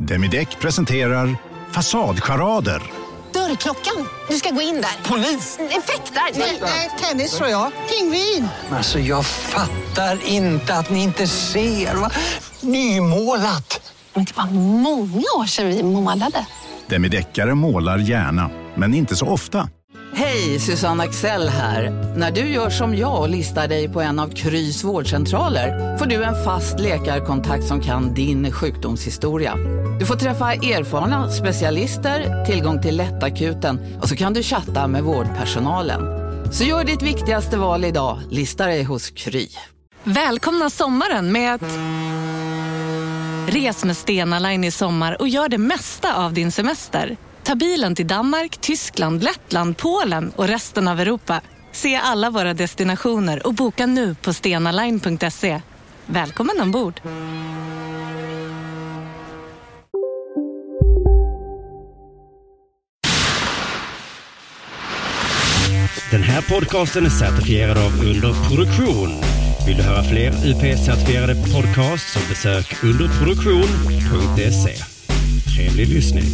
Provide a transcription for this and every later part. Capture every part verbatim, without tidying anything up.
Demideck presenterar Fasadcharader. Dörrklockan. Du ska gå in där. Polis? Effektar? Nej, nej, tennis tror jag. Pingvin. Alltså jag fattar inte att ni inte ser. Va? Nymålat. Men det var många år sedan vi målade. Demideckare målar gärna, men inte så ofta. Hej, Susanne Axel här. När du gör som jag och listar dig på en av Krys vårdcentraler får du en fast läkarkontakt som kan din sjukdomshistoria. Du får träffa erfarna specialister, tillgång till lättakuten och så kan du chatta med vårdpersonalen. Så gör ditt viktigaste val idag, lista dig hos Kry. Välkomna sommaren med att... Res med Stena Line i sommar och gör det mesta av din semester. Ta bilen till Danmark, Tyskland, Lettland, Polen och resten av Europa. Se alla våra destinationer och boka nu på stenaline punkt se. Välkommen ombord! Den här podcasten är certifierad av Underproduktion. Vill du höra fler U P S-certifierade podcasts så besök underproduktion punkt se. Trevlig lyssning.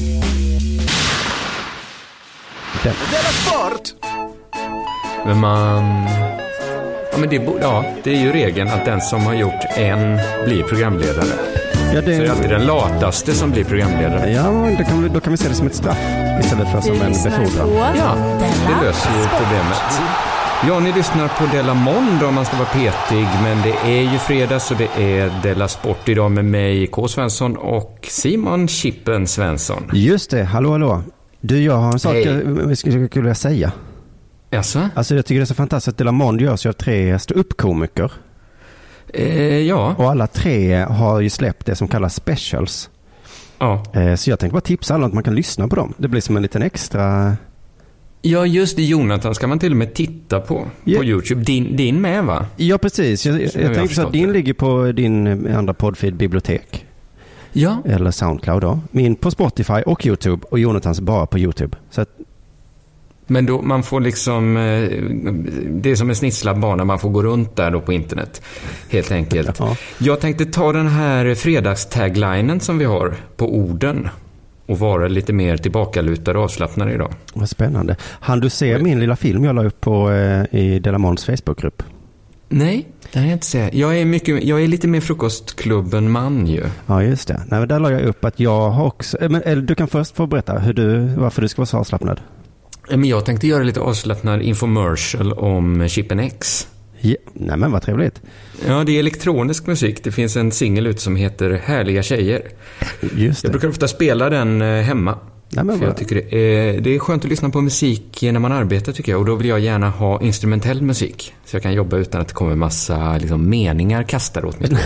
Det är sport. Men man... Ja, men det, ja, det är ju regeln att den som har gjort en blir programledare. Ja, det... Så det är alltid den lataste som blir programledare. Ja, det kan vi, då kan vi se det som ett straff istället för som en befordran. Ja, det löser ju problemet. Ja, ni lyssnar på Della Mondo om man ska vara petig, men det är ju fredag så det är Della Sport idag med mig, K. Svensson och Simon Chippen Svensson. Just det, hallå hallå. Du, jag har en sak jag skulle vilja säga. Jaså? Alltså jag tycker det är så fantastiskt att Della Mondo görs av tre stå-upp-komiker. Eh, ja. Och alla tre har ju släppt det som kallas specials. Ja. Eh, så jag tänker bara tipsa alla att man kan lyssna på dem. Det blir som en liten extra... Ja, just det, Jonathan ska man till och med titta på yeah. på YouTube. Din, din med, va? Ja, precis. Jag, jag, jag tänkte så att din det. ligger på din andra poddfeed bibliotek. Ja. Eller Soundcloud då. Min på Spotify och YouTube och Jonathans bara på YouTube. Så att... Men då man får liksom, det är som en snitslad bana, man får gå runt där då på internet. Helt enkelt. Ja. Jag tänkte ta den här fredagstaglinen som vi har på orden. Och vara lite mer tillbakalutad och avslappnad idag. Vad spännande. Han du ser min lilla film jag la upp på eh, i Della Monds Facebookgrupp? Nej, det har jag inte sett. Jag är, mycket, jag är lite mer frukostklubben man ju. Ja, just det. Nej, men där la jag upp att jag har också... Men, eller, du kan först få berätta hur du, varför du ska vara så avslappnad. Men jag tänkte göra lite avslappnad infomercial om Chippen X. Ja, nej men vad trevligt. Ja, det är elektronisk musik. Det finns en singel ut som heter Härliga tjejer. Just det. Jag brukar ofta spela den hemma. Nej, men för jag tycker det är, det är skönt att lyssna på musik när man arbetar tycker jag. Och då vill jag gärna ha instrumentell musik. Så jag kan jobba utan att det kommer massa liksom, meningar kastade åt mig.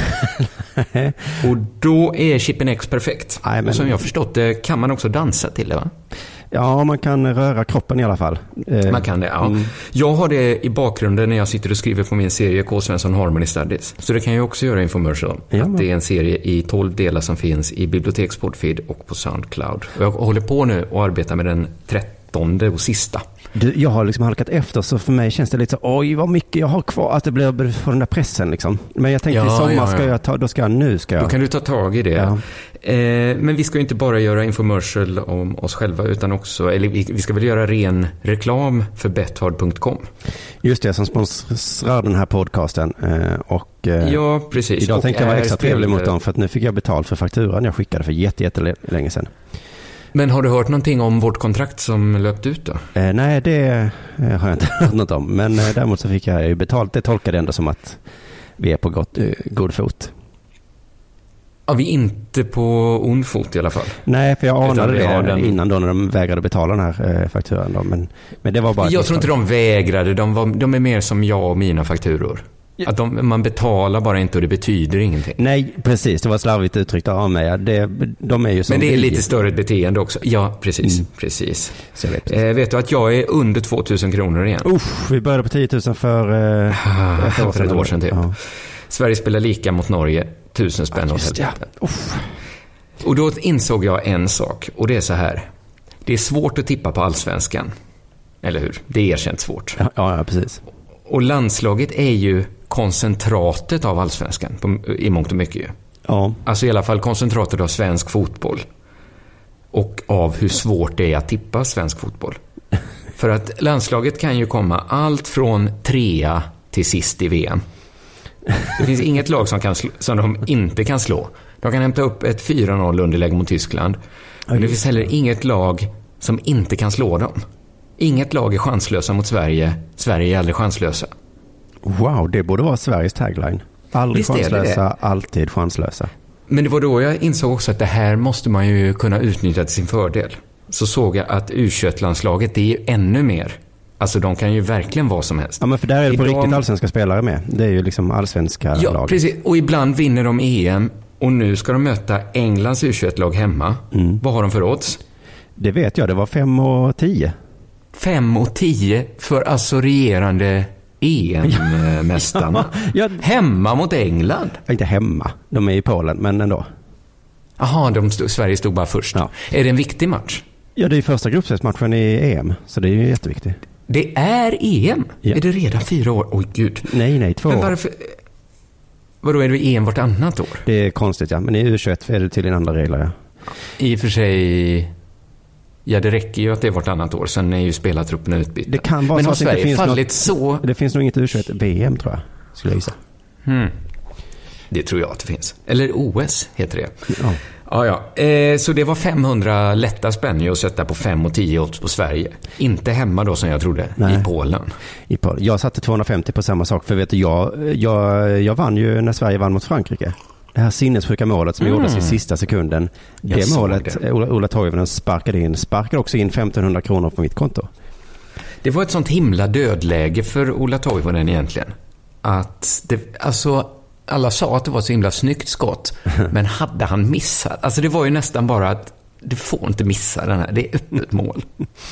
Och då är Chippen X perfekt. Nej, men... Och som jag har förstått det kan man också dansa till det, va? Ja, man kan röra kroppen i alla fall. Man kan det, ja. Mm. Jag har det i bakgrunden när jag sitter och skriver på min serie K. Svensson Harmony Studies. Så det kan jag också göra infomercial om. Ja, att det är en serie i tolv delar som finns i bibliotekspodfeed och på Soundcloud. Och jag håller på nu och arbetar med den trettonde och sista. Du, jag har liksom halkat efter så för mig känns det lite så oj vad mycket jag har kvar att det blir för den där pressen liksom. Men jag tänkte ja, i sommar ja, ja. ska jag ta, då ska jag nu ska jag. Då kan du ta tag i det. Ja. Eh, men vi ska ju inte bara göra infomercial om oss själva utan också, eller vi, vi ska väl göra ren reklam för bethard punkt com. Just det, som sponsrar den här podcasten eh, och eh, ja, precis. Idag och tänkte jag vara extra spel... trevlig mot dem för att nu fick jag betalt för fakturan jag skickade för jätte, jätte länge sedan. Men har du hört någonting om vårt kontrakt som löpt ut då? Eh, nej, det eh, har jag inte hört något om. Men eh, däremot så fick jag ju betalt. Det tolkade ändå som att vi är på gott, eh, god fot. Ja, vi är inte på ond fot i alla fall. Nej, för jag anade det den... innan då när de vägrade betala den här eh, fakturan. Då. Men, men det var bara... Jag tror inte de vägrade. De, var, de är mer som jag och mina fakturor. Att de, man betalar bara inte och det betyder ingenting. Nej, precis. Det var slarvigt uttryckt av mig. Det, de är ju som Men det är billig. lite större beteende också. Ja, precis. Mm. precis. Vet, precis. Eh, vet du att jag är under tvåtusen kronor igen? Uff, vi började på tio tusen för, eh, ah, för, för ett år sedan typ. Ja. Sverige spelar lika mot Norge. Tusen spänn ja, åt helvete. Och då insåg jag en sak. Och det är så här. Det är svårt att tippa på allsvenskan. Eller hur? Det är erkänt svårt. Ja, ja precis. Och landslaget är ju koncentratet av allsvenskan på, i mångt och mycket ju. Ja. Alltså i alla fall koncentratet av svensk fotboll. Och av hur svårt det är att tippa svensk fotboll. För att landslaget kan ju komma allt från trea till sist i V M. Det finns inget lag som, kan slå, som de inte kan slå. De kan hämta upp ett fyra noll underläge mot Tyskland. Men det finns heller inget lag som inte kan slå dem. Inget lag är chanslösa mot Sverige. Sverige är aldrig chanslösa. Wow, det borde vara Sveriges tagline. Aldrig Visst chanslösa, alltid chanslösa. Men det var då jag insåg också att det här måste man ju kunna utnyttja till sin fördel. Så såg jag att U tjugoett-landslaget, det är ju ännu mer. Alltså de kan ju verkligen vara som helst. Ja, men för där är det på Idag... riktigt allsvenska spelare med. Det är ju liksom allsvenska ja, lag. Precis. Och ibland vinner de E M. Och nu ska de möta Englands U tjugoett-lag hemma. Mm. Vad har de för odds? Det vet jag, det var fem och tio. fem och tio för alltså regerande E M-mästarna. ja, ja. Hemma mot England. Inte hemma, de är i Polen, men ändå. Jaha, de stod, Sverige stod bara först. Ja. Är det en viktig match? Ja, det är första gruppspelsmatchen i E M, så det är ju jätteviktigt. Det är E M? Ja. Är det redan fyra år? Oj, gud. Nej, nej, två men år. Varför... Vadå, är det E M vartannat år? Det är konstigt, ja. Men i U tjugoett är det till en andra regler, ja. I och för sig... Ja, det räcker ju att det är vartannat år. Sen är ju spelartrupperna utbytta. Det kan vara men så har att Sverige det finns fallit något, så... Det finns nog inget U tjugoett-V M, tror jag. Skulle jag gissa. Hmm. Det tror jag att det finns. Eller O S heter det. Ja. Ja, ja. Eh, så det var femhundra lätta spänn att sätta på fem och tio odds på Sverige. Inte hemma då som jag trodde. Nej. I Polen. I Polen. Jag satte tvåhundrafemtio på samma sak. För vet du, jag, jag, jag vann ju när Sverige vann mot Frankrike. Det här sinnessjuka målet som mm. gjordes i sista sekunden. Jag det målet, det. Ola, Ola Toivonen sparkade in. Sparkade också in femtonhundra kronor på mitt konto. Det var ett sånt himla dödläge för Ola Toivonen egentligen. Att det, alltså... Alla sa att det var så himla snyggt skott. Men hade han missat? Alltså det var ju nästan bara att du får inte missa den här. Det är öppet mål.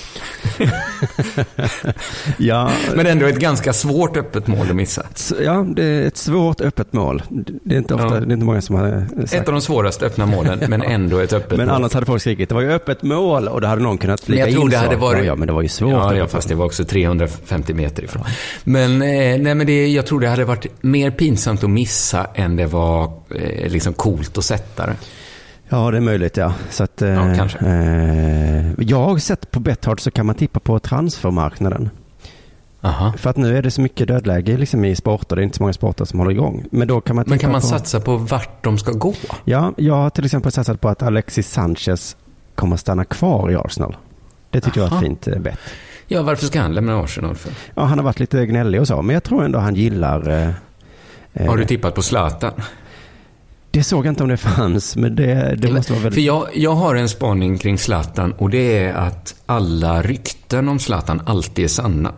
ja. Men ändå ett ganska svårt öppet mål att missa. Ja, det är ett svårt öppet mål. Det är inte, ofta, ja. det är inte många som har sagt. Ett av de svåraste öppna målen, men ändå ett öppet men mål. Men annars hade folk skrikit, det var ju öppet mål och det hade någon kunnat flika in. Jag tror det hade varit... Ja, men det var ju svårt. Ja, ja fast det var också trehundrafemtio meter ifrån. Men, eh, nej, men det, jag tror det hade varit mer pinsamt att missa än det var eh, liksom coolt att sätta det. Ja, det är möjligt, ja. Så att, ja, kanske. Eh, jag har sett på Betthard så kan man tippa på transfermarknaden. Aha. För att nu är det så mycket dödläge liksom i sporter. Det är inte så många sporter som håller igång. Men då kan man Men kan man på... satsa på vart de ska gå? Ja, jag har till exempel satsat på att Alexis Sanchez kommer stanna kvar i Arsenal. Det tycker Aha. jag är ett fint bett. Ja, varför ska han lämna Arsenal för? Ja, han har varit lite gnällig och så. Men jag tror ändå han gillar... Eh, har du tippat på Zlatan? Det såg jag inte om det fanns, men det, det måste vara väldigt... För jag, jag har en spaning kring Zlatan och det är att alla rykten om Zlatan alltid är sanna.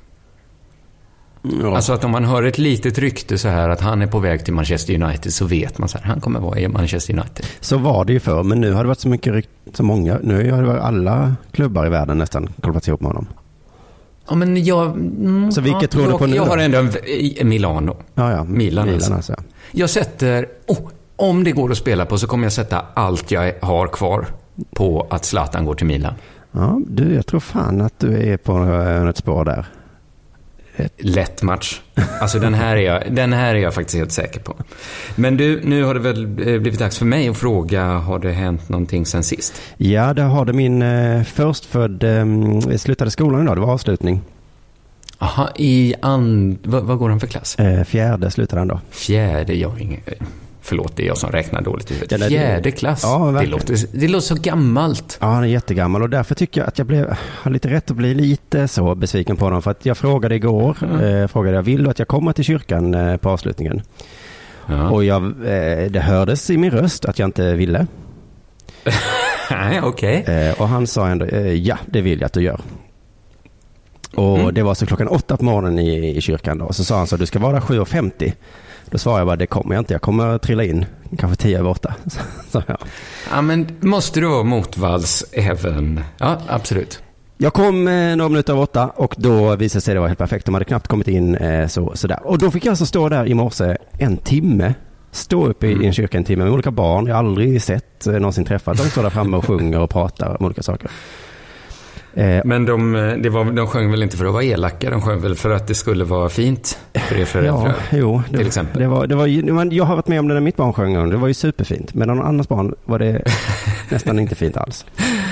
Ja. Alltså att om man hör ett litet rykte så här att han är på väg till Manchester United så vet man så här, han kommer vara i Manchester United. Så var det ju för, men nu har det varit så mycket rykt, så många, nu har det varit alla klubbar i världen nästan kollat ihop med honom. Ja, men jag... Mm, så vilket ja, tror du på nu? Jag har ändå en Milano. Ja, ja. Milan, Milan alltså. alltså. Jag sätter... Oh, om det går att spela på så kommer jag sätta allt jag har kvar på att Zlatan går till Milan. Ja, du, jag tror fan att du är på ett spår där. Ett... Lätt match. Alltså den här, är jag, den här är jag faktiskt helt säker på. Men du, nu har det väl blivit dags för mig att fråga, har det hänt någonting sen sist? Ja, det har det. Min eh, förstfödd eh, slutade skolan idag, det var avslutning. Aha, i and... vad, vad går han för klass? Eh, fjärde slutade han då. Fjärde, jag har ingen... Förlåt, det är jag som räknar dåligt i huvudet. Ja, fjärde klass, ja, det, låter, det låter så gammalt. Ja, han är jättegammal och därför tycker jag att jag blev, har lite rätt att bli lite så besviken på honom. För att jag frågade igår, mm. eh, frågade jag, vill du att jag kommer till kyrkan eh, på avslutningen? Ja. Och jag, eh, det hördes i min röst att jag inte ville. Nej, okej. Okay. Eh, och han sa ändå, eh, ja, det vill jag att du gör. Och mm. det var så klockan åtta på morgonen i, i kyrkan då. Och så sa han så, du ska vara sju och femtio. Då svarade jag bara, det kommer jag inte. Jag kommer att trilla in. Kanske tio över åtta. Så, ja. Ja, men måste du vara motvalls även? Ja, absolut. Jag kom eh, några minuter över åtta och då visade sig det var helt perfekt. De hade knappt kommit in eh, så, sådär. Och då fick jag alltså stå där i morse en timme. Stå uppe mm. i en kyrka en timme med olika barn. Jag har aldrig sett, eh, någonsin träffat. De står där framme och sjunger och pratar om olika saker. Men de, det var, de sjöng väl inte för att vara elaka, de sjöng väl för att det skulle vara fint? för er föräldrar? Ja, jo. Det, till exempel. Det var, det var, jag har varit med om det när mitt barn sjöng och det var ju superfint. Men någon annans barn var det nästan inte fint alls.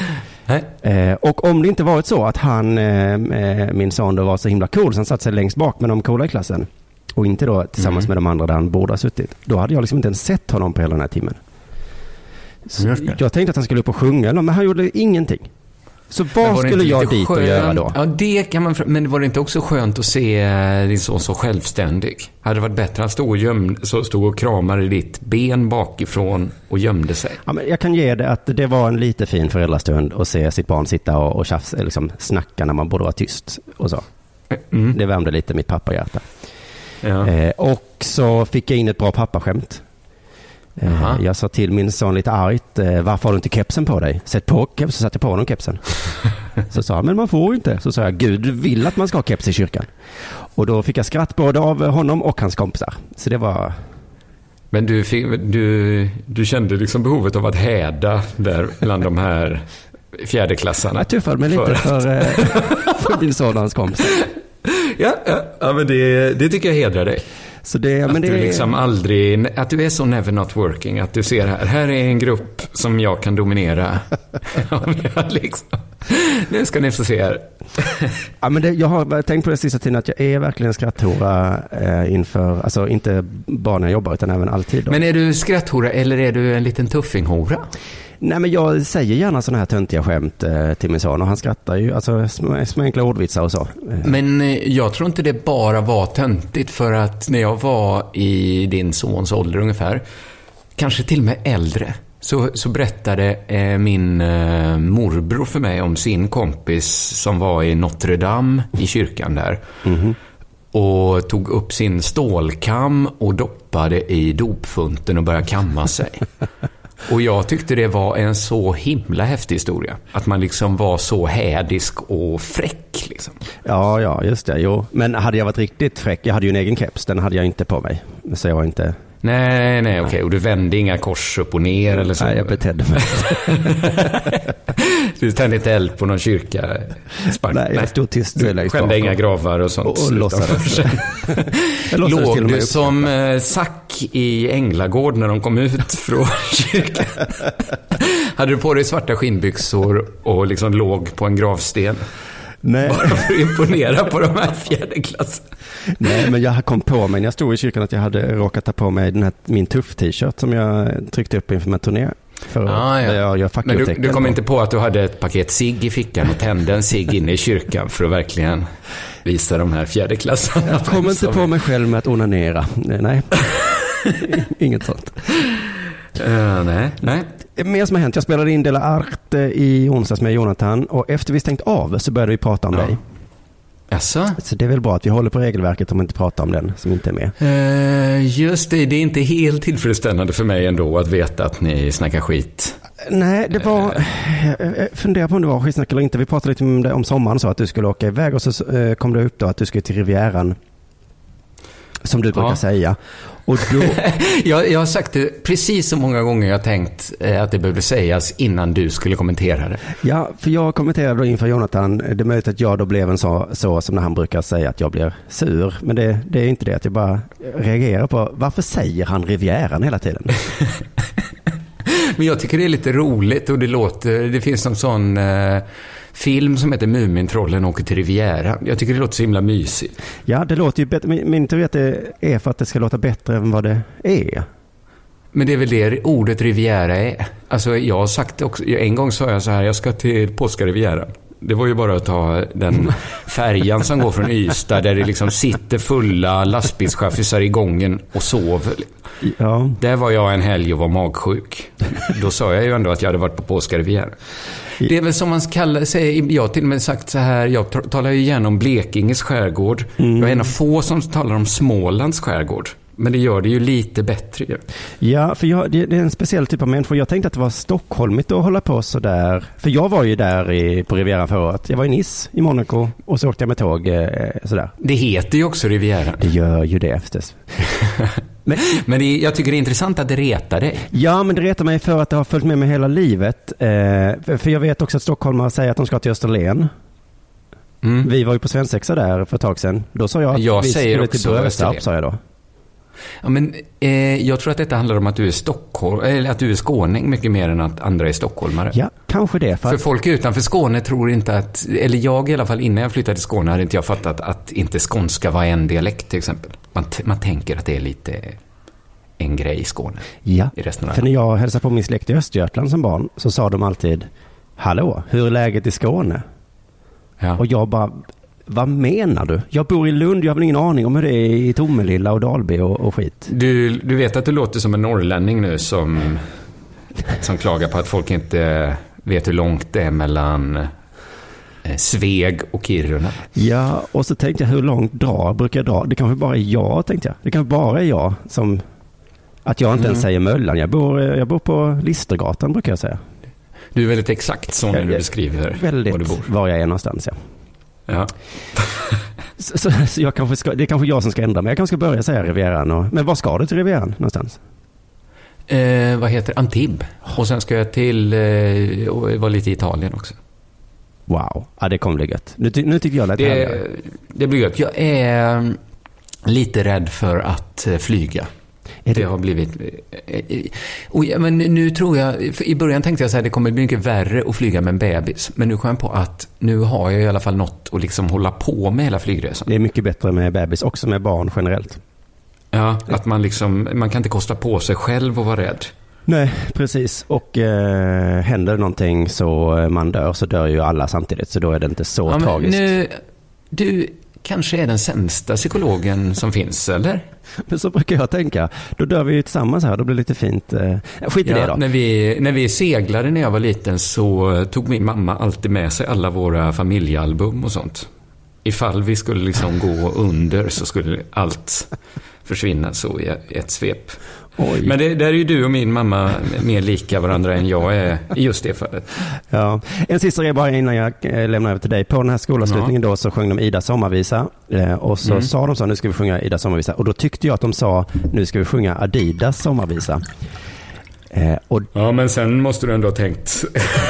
Eh, och om det inte varit så att han, eh, min son då var så himla cool så han satt sig längst bak med de coola i klassen och inte då tillsammans mm. med de andra där han borde ha suttit, då hade jag liksom inte ens sett honom på hela den här timmen. Så jag tänkte att han skulle upp och sjunga, men han gjorde ingenting. Så vad skulle jag dit skönt? Och göra då? Ja, det kan man, men var det inte också skönt att se din son så självständig? Hade det varit bättre att stå och, gömde, så stod och kramade ditt ben bakifrån och gömde sig? Ja, men jag kan ge det att det var en lite fin föräldrastund att se sitt barn sitta och, och tjafs, liksom snacka när man borde vara tyst och så. Mm. Det värmde lite mitt pappahjärta. Ja. Eh, och så fick jag in ett bra pappaskämt. Eh, jag sa till min son lite argt, eh, varför har du inte kepsen på dig? Sätt på keps, så satte jag på honom kepsen. Så sa han, men man får inte. Så sa jag, Gud vill att man ska ha keps i kyrkan. Och då fick jag skratt både av honom och hans kompisar. Så det var... Men du, du, du kände liksom behovet av att häda där bland de här fjärdeklassarna? Jag tuffade mig lite för, för, för din son och hans kompisar. Ja, ja, ja, men det, det tycker jag hedrar dig. Så det, att men det du liksom aldrig, att du är så never not working, att du ser här, här är en grupp som jag kan dominera. jag liksom, nu ska ni få se här. Ja, men det, jag har tänkt på det sista tiden att jag är verkligen en skratthora eh, inför, alltså inte bara när jag jobbar utan även alltid. Då. Men är du skratthora eller är du en liten tuffinghora? Nej, men jag säger gärna sådana här töntiga skämt eh, till min son och han skrattar ju, alltså små, små enkla ordvitsar och så. Men eh, jag tror inte det bara var töntigt, för att när jag var i din sons ålder ungefär, kanske till och med äldre, så, så berättade eh, min eh, morbror för mig om sin kompis som var i Notre Dame i kyrkan där. Mm-hmm. Och tog upp sin stålkam och doppade i dopfunten och började kamma sig. Och jag tyckte det var en så himla häftig historia. Att man liksom var så hädisk och fräck liksom. Ja, ja, just det. Jo. Men hade jag varit riktigt fräck, jag hade ju en egen keps, den hade jag inte på mig. Så jag var inte... Nej, nej, okej. Okay. Och du vände inga kors upp och ner eller så? Nej, jag betedde mig. Du tände inte eld på någon kyrka? Spark. Nej, jag stod tyst. Du skände inga gravar och sånt. Och, och låtsades. Låg du som eh, Sack i Änglagård när de kom ut från kyrkan? Hade du på dig svarta skinnbyxor och liksom låg på en gravsten? Nej. Bara för att imponera på de här fjärdeklass. Nej, men jag kom på mig när jag stod i kyrkan att jag hade råkat ta på mig den här, min tuff-t-shirt som jag tryckte upp inför en turné. För ah, ja. jag, jag men du, du kom inte på att du hade ett paket cigg i fickan och tände en cigg inne i kyrkan för att verkligen visa de här fjärdeklassarna? Jag kom inte på mig själv med att onanera. Nej, inget sånt. Uh, nej, nej. Mer som har hänt, jag spelade in Dela Arte i onsdags med Jonathan och efter vi stängt av så började vi prata om ja. dig. Jaså? Så det är väl bra att vi håller på regelverket om man inte pratar om den som inte är med. Uh, just det, det är inte helt tillfredsställande för mig ändå att veta att ni snackar skit. Nej, det var, jag funderar på om det var skitsnack eller inte. Vi pratade lite om det om sommaren så att du skulle åka iväg och så uh, kom det upp då att du skulle till Rivieran. Som du brukar ja. säga. Och då... jag, jag har sagt det precis så många gånger jag har tänkt eh, att det behövde sägas innan du skulle kommentera det. Ja, för jag kommenterade då inför Jonathan. Det är möjligt att jag då blev en så, så som när han brukar säga att jag blir sur. Men det, det är inte det, att jag bara reagerar på varför säger han Rivieran hela tiden? Men jag tycker det är lite roligt och det låter, det finns någon sån eh, film som heter Mumintrollen åker till Riviera. Jag tycker det låter så himla mysigt. Ja, det låter ju bättre. Min, min teori att det är för att det ska låta bättre än vad det är. Men det är väl det ordet Riviera är. Alltså jag har sagt det också. En gång sa jag så här, jag ska till Polska Riviera. Det var ju bara att ta den färjan som går från Ystad där det liksom sitter fulla lastbilschaffisar i gången och sover. Ja. Där var jag en helg och var magsjuk. Då sa jag ju ändå att jag hade varit på Polska Riviera. Det är väl som man kallar sig, jag har till och med sagt så här, jag talar ju gärna om Blekinges skärgård. Mm. Jag är en av få som talar om Smålands skärgård. Men det gör det ju lite bättre. Ja, för jag, det, det är en speciell typ av människor. Jag tänkte att det var stockholmigt att hålla på så där. För jag var ju där i, på Rivieran förra året. Jag var i Nice, i Monaco. Och så åkte jag med tåg eh, sådär. Det heter ju också Rivieran. Det gör ju det förstås. Men, men det, jag tycker det är intressant att det retar dig. Ja, men det retar mig för att det har följt med mig hela livet. Eh, för, för jag vet också att stockholmare säger att de ska till Österlen. Mm. Vi var ju på svensexa där för ett tag sedan. Då sa jag att jag vi säger skulle också till Bröstorp, sa jag då. Ja, men eh, jag tror att detta handlar om att du är Stockholm, eller att du är skåning mycket mer än att andra är stockholmare. Ja, kanske det. För, för folk utanför Skåne tror inte att, eller jag i alla fall innan jag flyttade till Skåne hade inte jag fattat att inte skånska var en dialekt till exempel. Man, t- man tänker att det är lite en grej i Skåne. Ja, i resten av för när jag hälsade på min släkt i Östergötland som barn så sa de alltid, hallå, hur är läget i Skåne? Ja. Och jag bara, vad menar du? Jag bor i Lund, jag har väl ingen aning om hur det är i Tomelilla och Dalby och, och skit. Du, du vet att du låter som en norrlänning nu som, som klagar på att folk inte vet hur långt det är mellan eh, Sveg och Kiruna. Ja, och så tänkte jag, hur långt drar brukar jag dra? Det kanske bara är jag, tänkte jag. Det kanske bara är jag som, att jag inte mm. ens säger Möllan. Jag bor, jag bor på Listergatan brukar jag säga. Du är väldigt exakt så när du beskriver väldigt var du bor. Var jag är någonstans, ja. Ja. så så, så jag kanske ska, det är kanske jag som ska ändra mig. Jag kanske ska börja säga Rivieran. Och, men var ska du till Rivieran någonstans? Eh, vad heter Antibes? Och sen ska jag till eh, och vara lite i Italien också. Wow, ja, det kommer bli gött. Nu, ty- nu tycker jag att det, det blir gött. Jag är lite rädd för att flyga. Det... det har blivit... Och ja, men nu tror jag... I början tänkte jag så här, det kommer bli mycket värre att flyga med en bebis. Men nu kom jag på att nu har jag i alla fall något att liksom hålla på med hela flygresan. Det är mycket bättre med bebis, också med barn generellt. Ja, att man liksom... Man kan inte kosta på sig själv och vara rädd. Nej, precis. Och eh, händer någonting så man dör, så dör ju alla samtidigt. Så då är det inte så ja, tragiskt. Nu, du kanske är den sämsta psykologen som finns, eller? Men så brukar jag tänka. Då dör vi ju tillsammans här, då blir det lite fint. Eh, skit i ja, det då. När vi, när vi seglade när jag var liten så tog min mamma alltid med sig alla våra familjealbum och sånt. Ifall vi skulle liksom gå under så skulle allt försvinna så i ett svep. Oj. Men det, där är ju du och min mamma mer lika varandra än jag är i just det fallet. Ja. En sista grej bara innan jag lämnar över till dig. På den här skolavslutningen ja. då så sjöng de Ida sommarvisa. Och så mm. sa de så, nu ska vi sjunga Ida sommarvisa. Och då tyckte jag att de sa, nu ska vi sjunga Adidas sommarvisa. Och... Ja, men sen måste du ändå ha tänkt...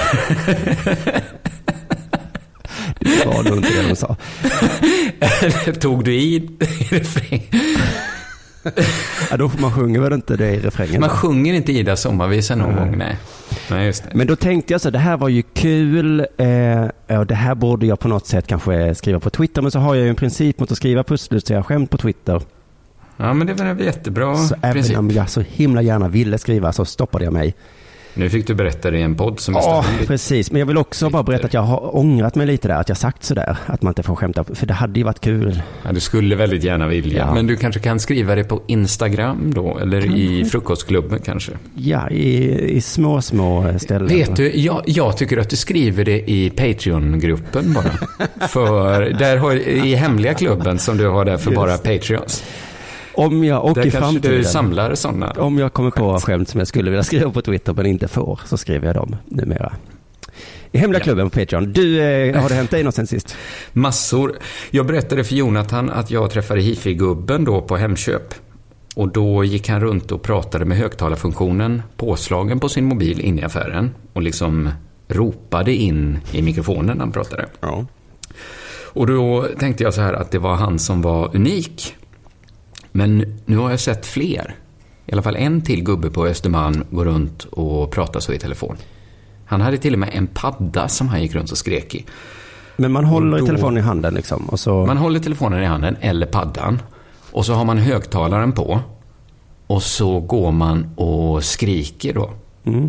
Det var nog inte det de sa. Tog du i refräng? Ja, då man sjunger väl inte det i refrängen. Man sjunger inte Ida sommarvisa någon mm. gång, nej. Nej, just det. Men då tänkte jag så, det här var ju kul. Eh, och det här borde jag på något sätt kanske skriva på Twitter. Men så har jag ju en princip mot att skriva pusslustiga skämt på Twitter. Ja, men det var en jättebra så princip. Även om jag så himla gärna ville skriva så stoppade jag mig. Nu fick du berätta det i en podd som är Ja, stadigt. precis. Men jag vill också bara berätta att jag har ångrat mig lite där. Att jag sagt sådär. Att man inte får skämta. För det hade ju varit kul. Ja, du skulle väldigt gärna vilja. Ja. Men du kanske kan skriva det på Instagram då? Eller kan i frukostklubben kanske? Ja, i, i små, små ställen. Vet du, jag, jag tycker att du skriver det i Patreon-gruppen bara. För där har, i hemliga klubben som du har där för Just. bara Patreons. Om jag och där i kanske framtiden, du samlar sådana. Om jag kommer på skämt som jag skulle vilja skriva på Twitter men inte får, så skriver jag dem numera. I hemliga ja. klubben på Patreon. Du, eh, har det hänt dig något sen sist? Massor. Jag berättade för Jonathan att jag träffade hifi-gubben då på Hemköp. Och då gick han runt och pratade med högtalarfunktionen påslagen på sin mobil in i affären. Och liksom ropade in i mikrofonen när han pratade. Ja. Och då tänkte jag så här att det var han som var unik. Men nu har jag sett fler. I alla fall en till gubbe på Östermalm går runt och pratar så i telefon. Han hade till och med en padda som han gick runt och skrek i. Men man håller då, telefonen i handen liksom? Och så... Man håller telefonen i handen eller paddan. Och så har man högtalaren på. Och så går man och skriker då. Mm.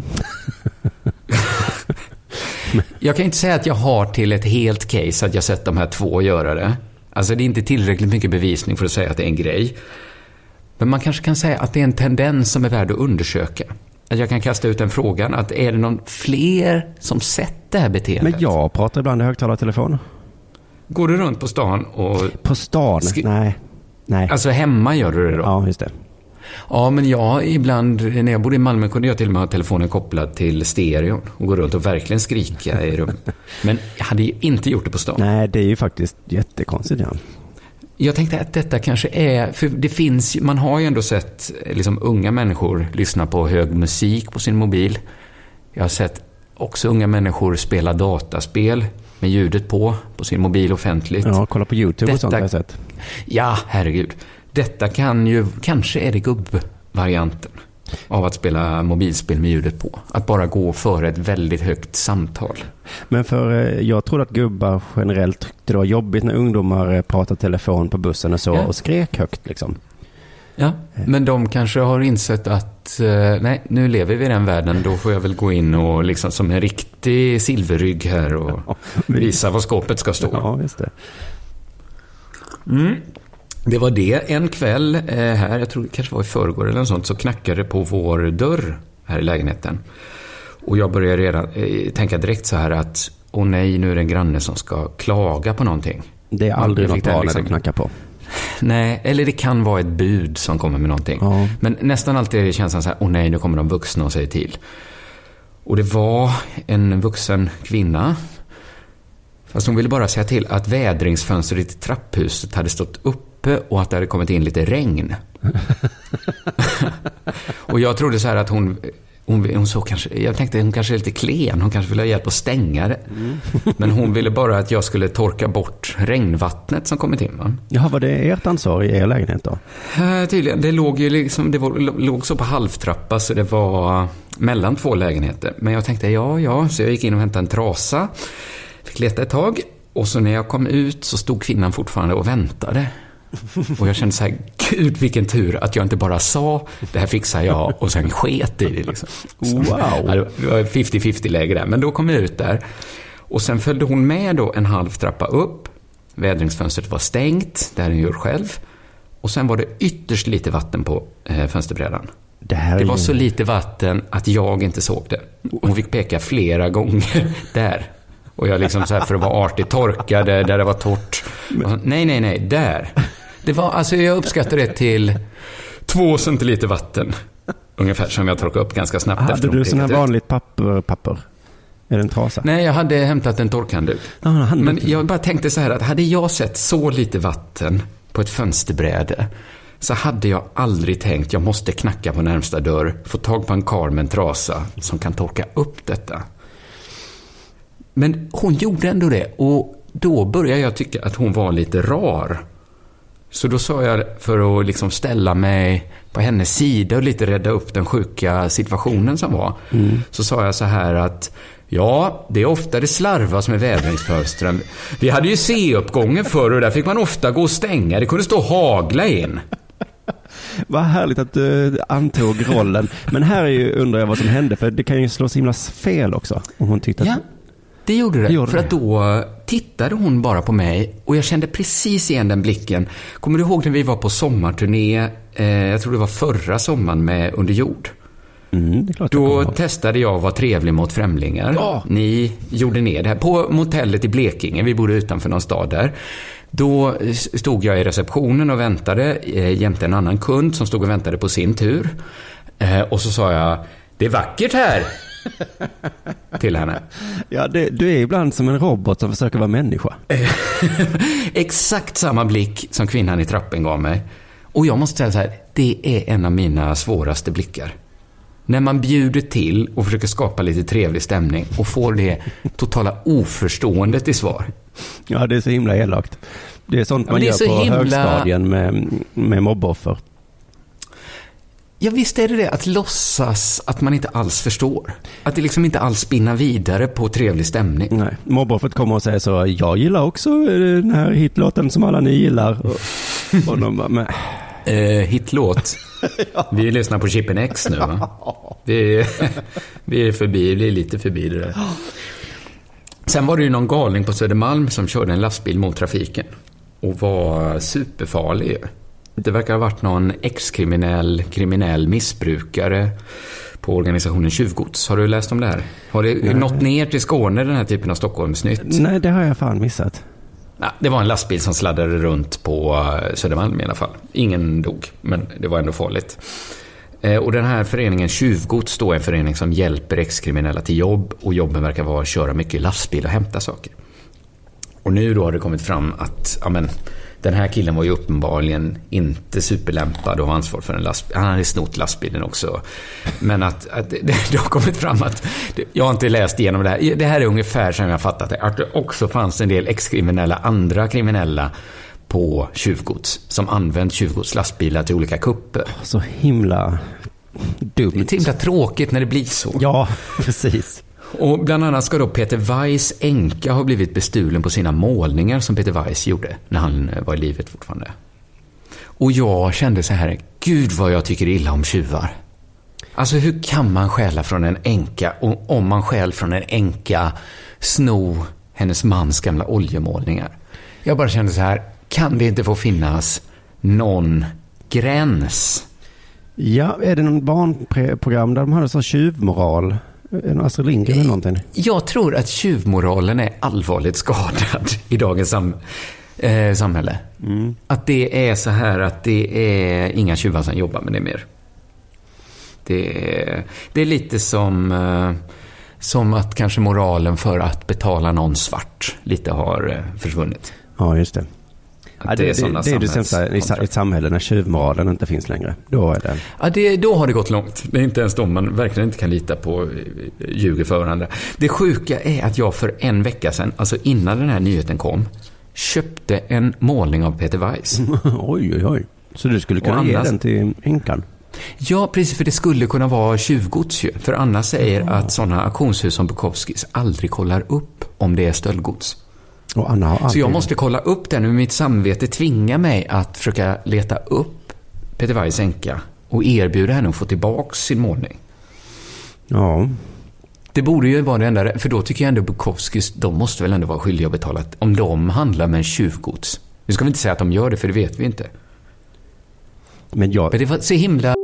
Jag kan inte säga att jag har till ett helt case att jag sett de här två göra det. Alltså det är inte tillräckligt mycket bevisning för att säga att det är en grej. Men man kanske kan säga att det är en tendens som är värd att undersöka. Att jag kan kasta ut den frågan att är det någon fler som sett det här beteendet? Men jag pratar ibland i högtalartelefon. Går du runt på stan och... På stan? Sk- Nej. Nej. Alltså hemma gör du det då? Ja, just det. Ja, men jag ibland, när jag bodde i Malmö kunde jag till och med ha telefonen kopplad till stereon och gå runt och verkligen skrika i rummet. Men jag hade ju inte gjort det på stan. Nej, det är ju faktiskt jättekonstigt, ja. Jag tänkte att detta kanske är, för det finns, man har ju ändå sett liksom unga människor lyssna på hög musik på sin mobil. Jag har sett också unga människor spela dataspel med ljudet på, på sin mobil offentligt. Ja, kolla på YouTube Detta, och sånt har jag sett. Ja, herregud. Detta kan ju, kanske är det gubbvarianten av att spela mobilspel med ljudet på. Att bara gå för ett väldigt högt samtal. Men för jag trodde att gubbar generellt tyckte det var jobbigt när ungdomar pratade telefon på bussen och så, ja. Och skrek högt liksom. Ja, men de kanske har insett att nej, nu lever vi i den världen, då får jag väl gå in och liksom som en riktig silverrygg här och visa var skåpet ska stå. Ja, just det. Mm. Det var det. En kväll eh, här, jag tror det kanske var i förrgår eller något sånt, så knackade det på vår dörr här i lägenheten. Och jag började redan eh, tänka direkt så här att åh nej, nu är det en granne som ska klaga på någonting. Det är aldrig något bra liksom, när du knackar på. Nej, eller det kan vara ett bud som kommer med någonting. Ja. Men nästan alltid är det känslan så här, åh nej, nu kommer de vuxna och säger till. Och det var en vuxen kvinna. Fast hon ville bara säga till att vädringsfönstret i trapphuset hade stått uppe och att det hade kommit in lite regn. Och jag trodde så här att hon, hon, hon så kanske, jag tänkte hon kanske är lite klen, hon kanske ville ha hjälp att stänga det. Mm. Men hon ville bara att jag skulle torka bort regnvattnet som kommit in. Va? Jaha, var det ert ansvar i er lägenhet då? Uh, tydligen, det låg ju liksom, det var, låg så på halvtrappa så det var mellan två lägenheter. Men jag tänkte ja, ja, så jag gick in och hämtade en trasa. Fick leta ett tag och så när jag kom ut så stod kvinnan fortfarande och väntade. Och jag kände så här, gud vilken tur att jag inte bara sa det här fixar jag och sen sket i det liksom. Wow. Det var femtio-femtio läge där, men då kom jag ut där. Och sen följde hon med då en halv trappa upp. Vädringsfönstret var stängt, där den gör själv. Och sen var det ytterst lite vatten på eh, fönsterbrädan. Det, här det var så lite vatten att jag inte såg det. Hon fick peka flera gånger där. Och jag liksom så här för att vara artig torkade där det var torrt. Så, nej, nej, nej, där. Det var, alltså jag uppskattar det till två centiliter vatten. Ungefär som jag torkade upp ganska snabbt. Hade du sån här vanligt papper, papper? Är det en trasa? Nej, jag hade hämtat en torkhandduk. Ah, Men jag bara tänkte så här att hade jag sett så lite vatten på ett fönsterbräde så hade jag aldrig tänkt jag måste knacka på närmsta dörr, få tag på en karl med en trasa som kan torka upp detta. Men hon gjorde ändå det och då började jag tycka att hon var lite rar. Så då sa jag för att liksom ställa mig på hennes sida och lite rädda upp den sjuka situationen som var. Mm. Så sa jag så här att ja, det är ofta det slarvas med vädringsfönstren. Vi hade ju C-uppgången förr och där fick man ofta gå och stänga. Det kunde stå hagla in. Vad härligt att du antog rollen. Men här är ju, undrar jag vad som hände. För det kan ju slå så himla fel också. Om hon tyckte att... Ja, det gjorde det. det gjorde för att då tittade hon bara på mig. Och jag kände precis igen den blicken. Kommer du ihåg när vi var på sommarturné? Eh, jag tror det var förra sommaren med Under jord. Mm, det är klart då testade jag att vara trevlig mot främlingar. Ja. Ni gjorde ner det här. På motellet i Blekinge, vi bodde utanför någon stad där. Då stod jag i receptionen och väntade eh, jämte en annan kund som stod och väntade på sin tur. Eh, och så sa jag, det är vackert här. Till henne. Ja, det, du är ibland som en robot som försöker vara människa. Exakt samma blick som kvinnan i trappen gav mig. Och jag måste säga så här, det är en av mina svåraste blickar. När man bjuder till och försöker skapa lite trevlig stämning och får det totala oförståendet i svar. Ja, det är så himla elakt. Det är sånt ja, man är gör så på himla... högstadien med, med mobboffer. Ja, visst är det det att låtsas att man inte alls förstår. Att det liksom inte alls spinnar vidare på trevlig stämning. Nej, mobboffret kommer och säger så, jag gillar också den här hitlåten som alla ni gillar. Och, och de bara, men... Uh, hitlåt. Ja. Vi lyssnar på Chippen X nu, va? Vi, vi är förbi, vi är lite förbi det där. Sen var det ju någon galning på Södermalm som körde en lastbil mot trafiken och var superfarlig. Det verkar ha varit någon ex-kriminell kriminell missbrukare på organisationen Tjuvgods. Har du läst om det här? Har det Nej. nått ner till Skåne, den här typen av Stockholmsnytt? Nej, det har jag fan missat. Ja, det var en lastbil som sladdade runt på Södermalm i alla fall. Ingen dog, men det var ändå farligt. Eh, och den här föreningen Tjuvgods då är en förening som hjälper ex-kriminella till jobb. Och jobben verkar vara att köra mycket lastbil och hämta saker. Och nu då har det kommit fram att ja, men, Den här killen var ju uppenbarligen inte superlämpad och ansvar för en lastbil. Han hade snott lastbilen också. Men att, att det, det har kommit fram att jag har inte läst igenom det här. Det här är ungefär som jag fattat det. Att det också fanns en del ex-kriminella, andra kriminella på tjuvgods som använt tjuvgods lastbilar till olika kupper. Så himla dumt. Det är så himla tråkigt när det blir så. Ja, precis. Och bland annat ska då Peter Weiss änka ha blivit bestulen på sina målningar som Peter Weiss gjorde när han var i livet fortfarande. Och jag kände så här, gud vad jag tycker illa om tjuvar. Alltså hur kan man stjäla från en änka, och om man stjäl från en änka, sno hennes mans gamla oljemålningar. Jag bara kände så här, kan det inte få finnas någon gräns? Ja, är det någon barnprogram där de hade så tjuvmoral? En Astrid Lindgren eller någonting? Jag tror att tjuvmoralen är allvarligt skadad i dagens sam- eh, samhälle. Mm. Att det är så här att det är inga tjuvar som jobbar med det mer. Det är, det är lite som, eh, som att kanske moralen för att betala någon svart lite har eh, försvunnit. Ja, just det. Ja, det, det, det, det är det sämsta i ett samhälle när tjuvmoralen inte finns längre. Då är det... Ja, det, då har det gått långt. Det är inte ens de man verkligen inte kan lita på ljuger för varandra. Det sjuka är att jag för en vecka sedan, alltså innan den här nyheten kom, köpte en målning av Peter Weiss. Oj, oj, oj. Så du skulle kunna annars... ge den till änkan? Ja, precis, för det skulle kunna vara tjuvgods ju. För Anna säger oh. att sådana auktionshus som Bukowskis aldrig kollar upp om det är stöldgods. Och Anna har alltid... Så jag måste kolla upp den, och mitt samvete tvingar mig att försöka leta upp Peter Weiss änka och erbjuda henne att få tillbaka sin målning. Ja. Det borde ju vara det enda, för då tycker jag ändå Bukowskis, de måste väl ändå vara skyldiga att betala om de handlar med en tjuvgods. Nu ska vi inte säga att de gör det, för det vet vi inte. Men jag... Men det var så himla...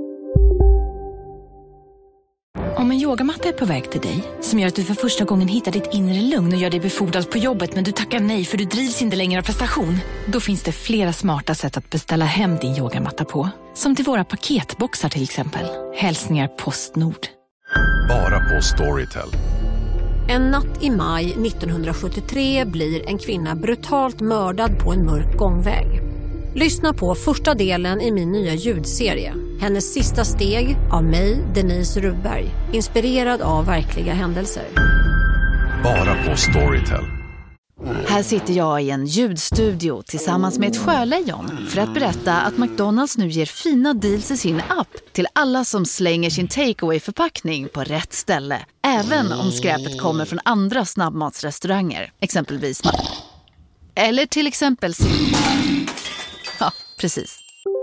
Om en yogamatta är på väg till dig, som gör att du för första gången hittar ditt inre lugn och gör dig befordrad på jobbet, men du tackar nej för du drivs inte längre av prestation. Då finns det flera smarta sätt att beställa hem din yogamatta på. Som till våra paketboxar till exempel. Hälsningar Postnord. Bara på Storytel. En natt i maj nittonhundrasjuttiotre blir en kvinna brutalt mördad på en mörk gångväg. Lyssna på första delen i min nya ljudserie. Hennes sista steg av mig, Denise Rubberg. Inspirerad av verkliga händelser. Bara på Storytel. Här sitter jag i en ljudstudio tillsammans med ett sjölejon för att berätta att McDonalds nu ger fina deals i sin app till alla som slänger sin takeaway-förpackning på rätt ställe. Även om skräpet kommer från andra snabbmatsrestauranger, exempelvis eller till exempel ja, precis.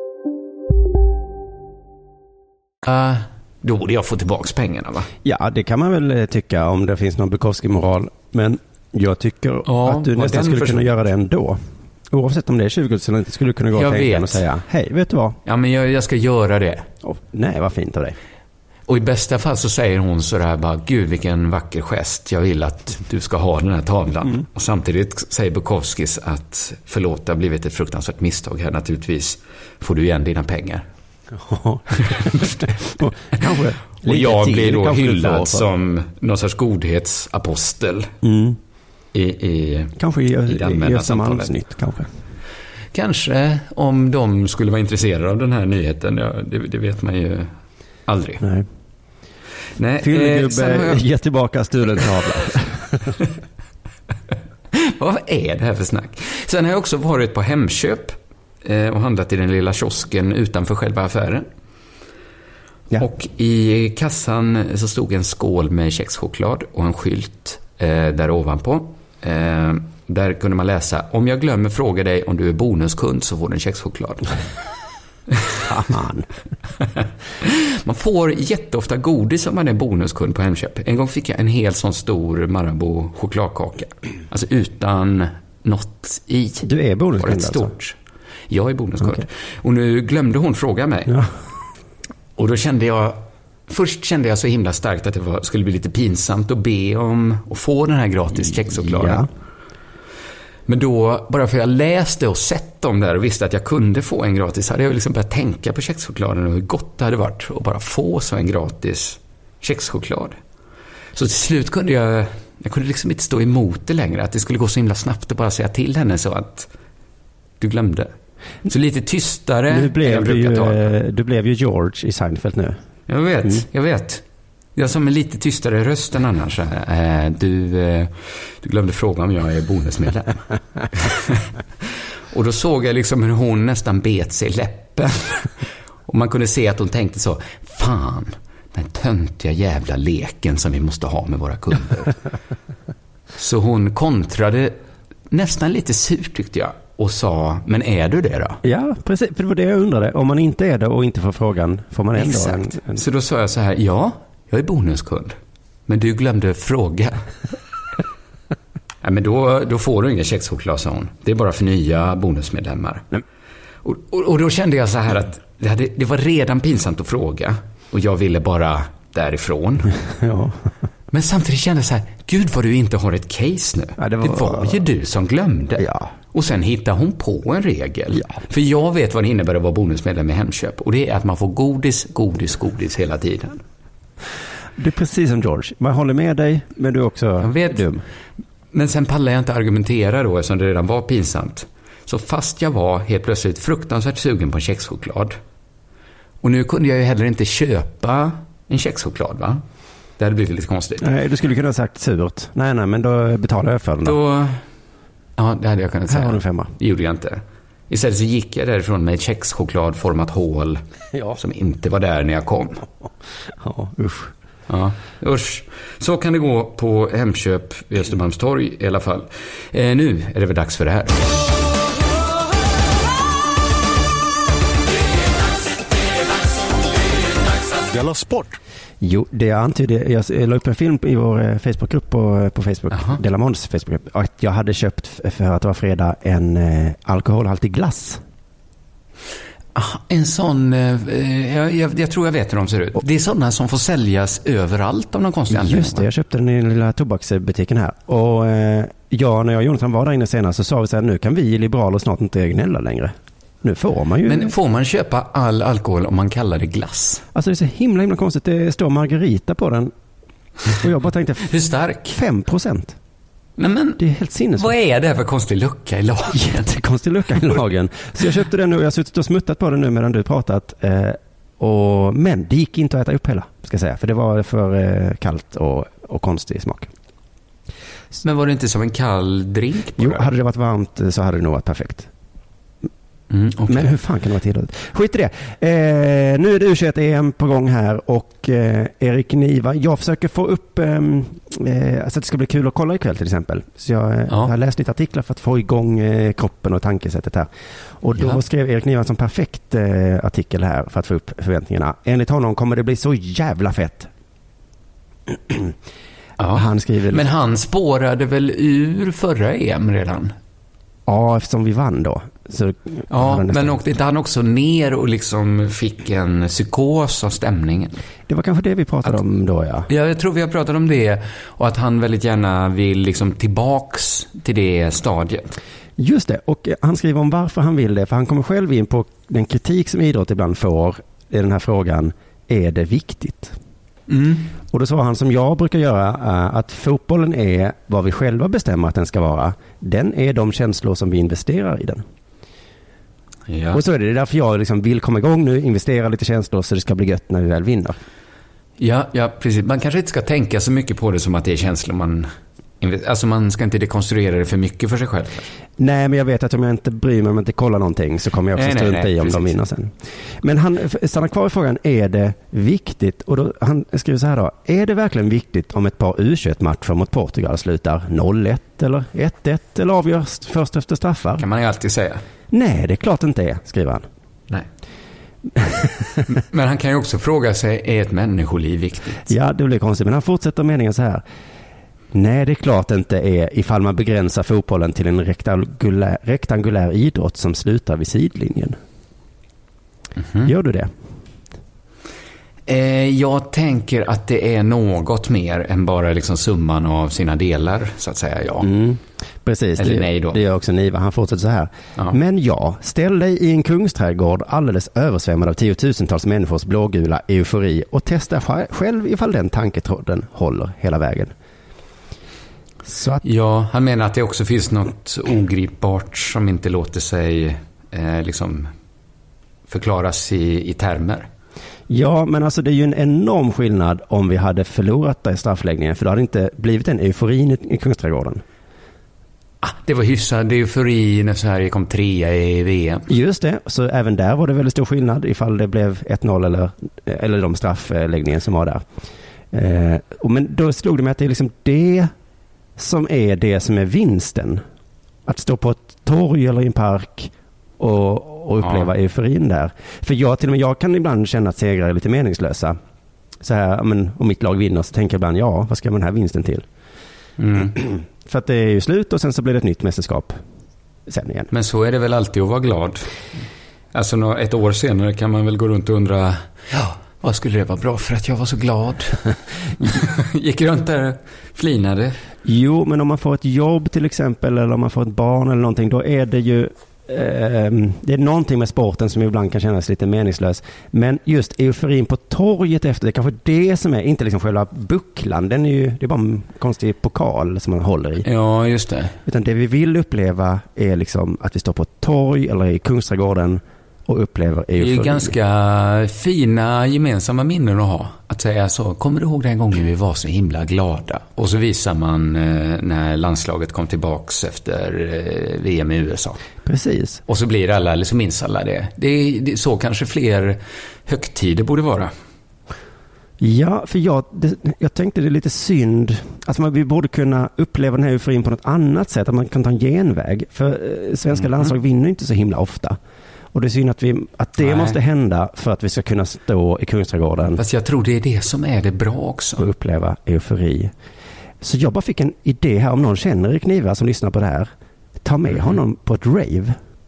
Uh, då borde jag få tillbaka pengarna, va? Ja, det kan man väl tycka om det finns någon Bukowski-moral. Men jag tycker ja, att du nästan skulle kunna göra det ändå. Oavsett om det är tjugo eller inte skulle du kunna gå till änkan och säga hej, vet du vad? Ja, men jag, jag ska göra det. Oh, nej, vad fint av dig. Och i bästa fall så säger hon så där bara, gud vilken vacker gest, jag vill att du ska ha den här tavlan. Mm. Och samtidigt säger Bukowskis att förlåt, det har blivit ett fruktansvärt misstag här, naturligtvis får du igen dina pengar. Ja. och, kanske och jag blir då hyllad som någon sorts godhetsapostel. Mm. I, i, kanske i, i, i Östermalmsnytt kanske. Kanske om de skulle vara intresserade av den här nyheten, ja, det, det vet man ju aldrig. Nej. Nej, Fyllegubbe, eh, jag... ge tillbaka stulen tavla. Vad är det här för snack? Sen har jag också varit på Hemköp eh, och handlat i den lilla kiosken utanför själva affären. Ja. Och i kassan så stod en skål med kexchoklad och en skylt eh, där ovanpå. Eh, där kunde man läsa: om jag glömmer fråga dig om du är bonuskund så får du en kexchoklad. Man får jätteofta godis om man är bonuskund på Hemköp. En gång fick jag en hel sån stor Marabou chokladkaka. Alltså utan något i. Du är bonuskund alltså? Stort. Jag är bonuskund. Okay. Och nu glömde hon fråga mig. Ja. Och då kände jag, först kände jag så himla starkt att det var, skulle bli lite pinsamt att be om att få den här gratis kexchokladen. Ja. Men då, bara för jag läste och sett om där och visste att jag kunde få en gratis, hade jag liksom börjat tänka på kexchokladen och hur gott det hade varit att bara få så en gratis kexchoklad. Så till slut kunde jag, jag kunde liksom inte stå emot det längre, att det skulle gå så himla snabbt att bara säga till henne så att Du glömde. Så lite tystare. Nu blev du, ju, du blev ju George i Seinfeld nu. Jag vet, mm. jag vet. Jag som är lite tystare röst än annars. Äh, du, äh, du glömde fråga om jag är bonusmedlem. Och då såg jag liksom hur hon nästan bet sig i läppen. Och man kunde se att hon tänkte så, fan, den töntiga jävla leken som vi måste ha med våra kunder. Så hon kontrade nästan lite surt tyckte jag. Och sa, men är du det då? Ja, precis. För det var det jag undrade. Om man inte är det och inte får frågan, får man ändå Exakt. En, en... Så då sa jag så här, ja, jag är bonuskund. Men du glömde fråga. Nej, men då, då får du ingen kexchoklad, sa hon. Det är bara för nya bonusmedlemmar. Och, och, och då kände jag så här att det, hade, det var redan pinsamt att fråga. Och jag ville bara därifrån. Ja. Men samtidigt kände jag så här, gud vad du inte har ett case nu. Ja, det, var... det var ju du som glömde. Ja. Och sen hittar hon på en regel. Ja. För jag vet vad det innebär att vara bonusmedlem i Hemköp. Och det är att man får godis, godis, godis hela tiden. Du är precis som George. Man håller med dig, men du är också jag vet. dum. Men sen pallar jag inte argumentera då, eftersom det redan var pinsamt. Så fast jag var helt plötsligt fruktansvärt sugen på en kexchoklad. Och nu kunde jag ju heller inte köpa en kexchoklad, va? Det hade blivit lite konstigt. Nej, du skulle kunna ha sagt surt. Nej, nej, men då betalar jag för den. Då, då ja, det hade jag kunnat säga. Här har du femma. Det gjorde jag inte. Istället så gick jag därifrån med ett kexchokladformat hål ja. Som inte var där när jag kom. Ja, usch. Ja, usch. Så kan det gå på Hemköp vid Östermalmstorg i alla fall. Eh, nu är det väl dags för det här. Della Sport. Jo, det jag antydde, jag la upp en film i vår Facebookgrupp på, på Facebook, Aha. Della Måns Facebookgrupp, att jag hade köpt för att det var fredag en eh, alkoholhaltig glass. Ah, en sån, eh, jag, jag, jag tror jag vet hur de ser ut. Det är sådana som får säljas överallt av någon konstig anledning. Just det, jag köpte den i den lilla tobaksbutiken här. Och eh, ja, när jag och Jonathan var där inne senast så sa vi så här, nu kan vi liberaler snart inte gnälla längre. Nu får man ju... Men får man köpa all alkohol om man kallar det glass? Alltså det är så himla himla konstigt. Det står margarita på den. Och jag bara tänkte... Hur stark? fem procent. Nej, men det är helt sinnesfullt. Vad är det för konstig lucka i lagen? Jättekonstig lucka i lagen. Så jag köpte den nu och jag har suttit och smuttat på den nu medan du pratat. Eh, och, men det gick inte att äta upp hela, ska jag säga. För det var för eh, kallt och, och konstig smak. Men var det inte som en kall drink? Jo, hade det varit varmt så hade det nog varit perfekt. Mm, okay. Men hur fan kan det vara tillåtet? Skit i det. Eh, nu är det U tjugoett-E M på gång här och eh, Erik Niva. Jag försöker få upp ehm, eh, alltså att det ska bli kul att kolla ikväll till exempel. Så jag, eh, ja. jag har läst lite artiklar för att få igång eh, kroppen och tankesättet här. Och då ja. skrev Erik Niva en sån perfekt eh, artikel här för att få upp förväntningarna. Enligt honom kommer det bli så jävla fett. Ja. Han skriver... Men han spårade väl ur förra E M redan? Ja, eftersom vi vann då. Så ja, men åkte inte han också ner och liksom fick en psykos av stämningen? Det var kanske det vi pratade att, om då, ja. Ja, jag tror vi har pratat om det. Och att han väldigt gärna vill liksom tillbaks till det stadiet. Just det, och han skriver om varför han vill det. För han kommer själv in på den kritik som idrott ibland får i den här frågan. Är det viktigt? Mm. Och då sa han som jag brukar göra att fotbollen är vad vi själva bestämmer att den ska vara. Den är de känslor som vi investerar i den. Ja. Och så är det, det är därför jag liksom vill komma igång nu, investera lite känslor så det ska bli gött när vi väl vinner. Ja, ja, precis. Man kanske inte ska tänka så mycket på det som att det är känslor man... Alltså man ska inte dekonstruera det för mycket för sig själv. Nej, men jag vet att om jag inte bryr mig om jag inte kollar någonting så kommer jag också strunta i om precis. De vinner sen. Men han stannar kvar i frågan, är det viktigt? Och då, han skriver så här då, är det verkligen viktigt om ett par U tjugoett-matcher mot Portugal slutar noll ett eller ett ett eller avgörs först efter straffar? Kan man ju alltid säga. Nej, det är klart inte är, skriver han. Nej. Men han kan ju också fråga sig, är ett människoliv viktigt? Ja, det blir konstigt. Men han fortsätter meningen så här. Nej, det är klart inte är ifall man begränsar fotbollen till en rektangulär, rektangulär idrott som slutar vid sidlinjen. Mm-hmm. Gör du det? Eh, jag tänker att det är något mer än bara liksom summan av sina delar, så att säga, ja. Mm, precis, eller det, nej då. Det gör också Niva. Han fortsätter så här. Ja. Men ja, ställ dig i en kungsträdgård alldeles översvämmad av tiotusentals människors blågula eufori och testa själv ifall den tanketråden håller hela vägen. Så att... Ja, han menar att det också finns något ogripbart som inte låter sig eh, liksom förklaras i, i termer. Ja, men alltså det är ju en enorm skillnad om vi hade förlorat i straffläggningen, för det hade inte blivit en euforin i, i Kungsträdgården. Ah, det var hyfsad eufori när Sverige kom trea i V M. Just det, så även där var det väldigt stor skillnad ifall det blev ett noll eller, eller de straffläggningen som var där. Eh, och men då slog det mig att det är liksom det som är det som är vinsten. Att stå på ett torg eller i en park och, och uppleva ja. euforin där. För jag, till och med jag kan ibland känna att segrar är lite meningslösa. Så här, men, om mitt lag vinner så tänker jag ibland, ja, vad ska man den här vinsten till? Mm. För att det är ju slut och sen så blir det ett nytt mästerskap sen igen. Men så är det väl alltid att vara glad. Alltså ett år senare kan man väl gå runt och undra, ja, vad skulle det vara bra för att jag var så glad? Gick runt där, flinade. Jo, men om man får ett jobb till exempel, eller om man får ett barn eller någonting, då är det ju eh, det är någonting med sporten som ibland kan kännas lite meningslös. Men just euforin på torget efter, det är kanske det som är, inte liksom själva bucklan, den är ju, det är bara en konstig pokal som man håller i. Ja, just det. Utan det vi vill uppleva är liksom att vi står på ett torg eller i Kungsträdgården och upplever eufori. Det är ganska fina gemensamma minnen att ha. Att säga så, kommer du ihåg den gången vi var så himla glada? Och så visar man eh, när landslaget kom tillbaks efter eh, V M i U S A. Precis. Och så blir alla, eller så minns alla det. Det är, det är så kanske fler högtider borde vara. Ja, för jag, det, jag tänkte det är lite synd att man, vi borde kunna uppleva den här euforin på något annat sätt. Att man kan ta en genväg. För eh, svenska mm. landslag vinner inte så himla ofta. Och det är synd att, vi, att det Nej. måste hända för att vi ska kunna stå i Kungsträdgården. Fast jag tror det är det som är det bra också. Och uppleva eufori. Så jag bara fick en idé här, om någon känner i Kniva som lyssnar på det här. Ta med mm. honom på ett rave.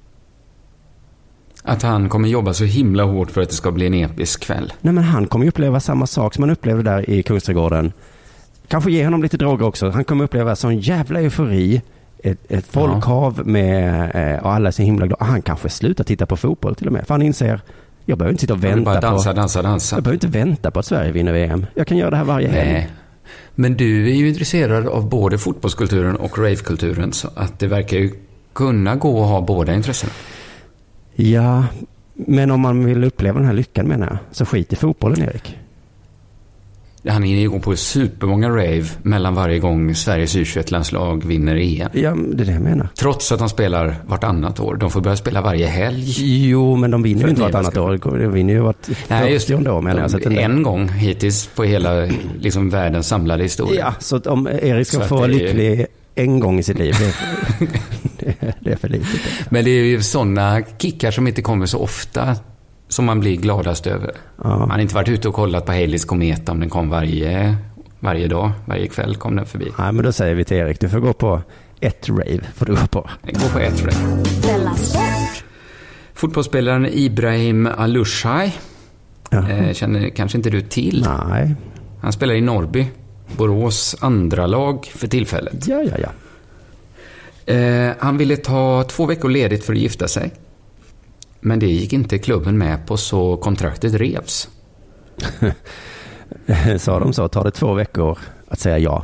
Att han kommer jobba så himla hårt för att det ska bli en episk kväll. Nej, men han kommer uppleva samma sak som man upplevde där i Kungsträdgården. Kanske ge honom lite droger också. Han kommer uppleva sån jävla eufori. Ett, ett folkhav ja. med eh, och alla är så himla glada. Han kanske slutar titta på fotboll till och med. För han inser, jag behöver inte sitta och vänta bara dansa, på... dansa, dansa. Jag behöver inte vänta på att Sverige vinner V M. Jag kan göra det här varje helg. Nej. Men du är ju intresserad av både fotbollskulturen och ravekulturen. Så att det verkar ju kunna gå att ha båda intressena. Ja, men om man vill uppleva den här lyckan, menar jag, så skit i fotbollen, Erik. Han är ju på supermånga rave mellan varje gång Sveriges U tjugoett-landslag vinner E M. Ja, det är det jag menar. Trots att de spelar vartannat år. De får börja spela varje helg. Jo, men de vinner ju inte vartannat år. De vinner ju vart fyrtionde år, menar jag. Så en en gång hittills på hela liksom, världens samlade historia. Ja, så att om Erik ska så få lycklig är... en gång i sitt liv, det är för, det är för lite. Men det är ju sådana kickar som inte kommer så ofta som man blir gladast över. Ja. Man har inte varit ute och kollat på Haleys komet om den kom varje, varje dag, varje kväll kom den förbi. Nej, men då säger vi till Erik, du får gå på ett rave. Får du gå på. Gå på ett rave. Fotbollsspelaren Ibrahim Alushaj eh, känner kanske inte du till. Nej. Han spelar i Norrby, Borås andra lag för tillfället. Ja, ja, ja. Eh, han ville ta två veckor ledigt för att gifta sig. Men det gick inte klubben med på, så kontraktet revs. Sa de så? Tar det två veckor att säga ja?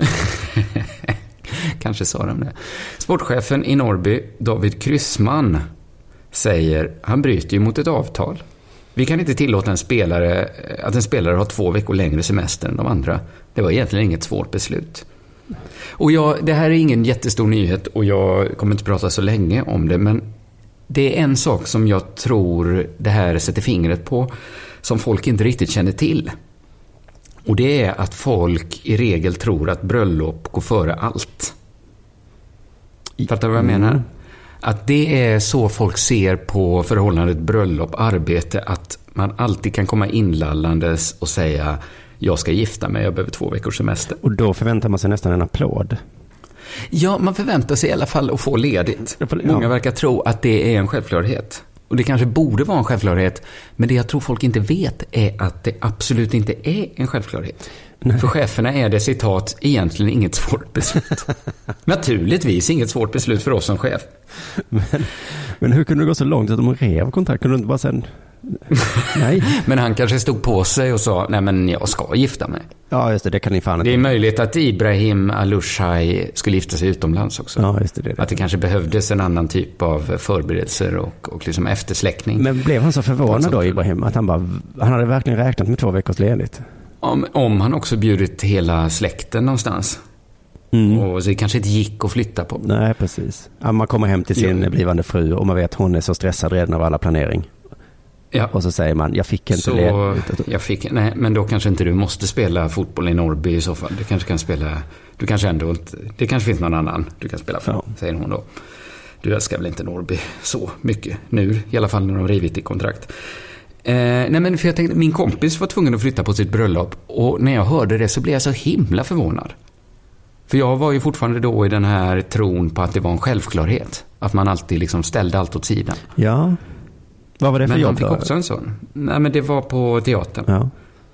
Kanske sa de det. Sportchefen i Norrby, David Kryssman, säger han bryter ju mot ett avtal. Vi kan inte tillåta en spelare, att en spelare har två veckor längre semester än de andra. Det var egentligen inget svårt beslut. Och jag, det här är ingen jättestor nyhet och jag kommer inte prata så länge om det, men det är en sak som jag tror det här sätter fingret på som folk inte riktigt känner till. Och det är att folk i regel tror att bröllop går före allt. Fattar du vad jag menar? Mm. Att det är så folk ser på förhållandet bröllop, arbete, att man alltid kan komma inlallandes och säga jag ska gifta mig, jag behöver två veckors semester. Och då förväntar man sig nästan en applåd. Ja, man förväntar sig i alla fall att få ledigt. Ja. Många verkar tro att det är en självklarhet. Och det kanske borde vara en självklarhet. Men det jag tror folk inte vet är att det absolut inte är en självklarhet. Nej. För cheferna är det, citat, egentligen inget svårt beslut. Naturligtvis inget svårt beslut för oss som chef. Men, men hur kunde det gå så långt att de rev kontakt? Kunde du inte bara sen Nej. Men han kanske stod på sig och sa, nej men jag ska gifta mig. Ja, just det, det kan ni fan inte. Det är möjligt att Ibrahim Alushaj skulle gifta sig utomlands också. Ja, just det, det, det. Att det kanske behövdes en annan typ av förberedelser och, och liksom eftersläckning. Men blev han så förvånad då, Ibrahim, att han bara, han hade verkligen räknat med två veckors ledigt? Om, om han också bjudit hela släkten någonstans. Mm. Och så det kanske inte gick att flytta på. Nej, precis. Ja, man kommer hem till sin jo. blivande fru och man vet att hon är så stressad redan av alla planering. Ja. Och så säger man, jag fick inte så, ledigt. Jag fick, nej, men då kanske inte du måste spela fotboll i Norrby i så fall. Du kanske kan spela, du kanske ändå inte, det kanske finns någon annan du kan spela för, ja. Säger hon då. Du älskar väl inte Norrby så mycket nu, i alla fall när de rivit i kontrakt. Eh, nej men för jag tänkte, min kompis var tvungen att flytta på sitt bröllop och när jag hörde det så blev jag så himla förvånad. För jag var ju fortfarande då i den här tron på att det var en självklarhet. Att man alltid liksom ställde allt åt sidan. Ja. Vad var det för men jobb han fick då? också en sån. Nej men det var på teatern. Ja.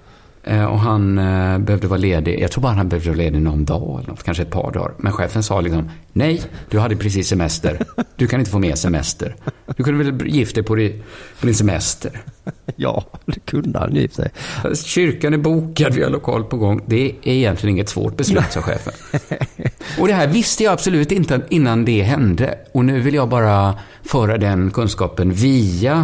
Eh, och han eh, behövde vara ledig. Jag tror bara han behövde vara ledig någon dag eller något, kanske ett par dagar. Men chefen sa liksom, nej, du hade precis semester. Du kan inte få mer semester. Du kunde väl gifta dig på, di, på din semester. Ja, det kunde han gifta sig. Fast kyrkan är bokad, vi har lokal på gång. Det är egentligen inget svårt beslut, sa chefen. Och det här visste jag absolut inte innan det hände. Och nu vill jag bara föra den kunskapen via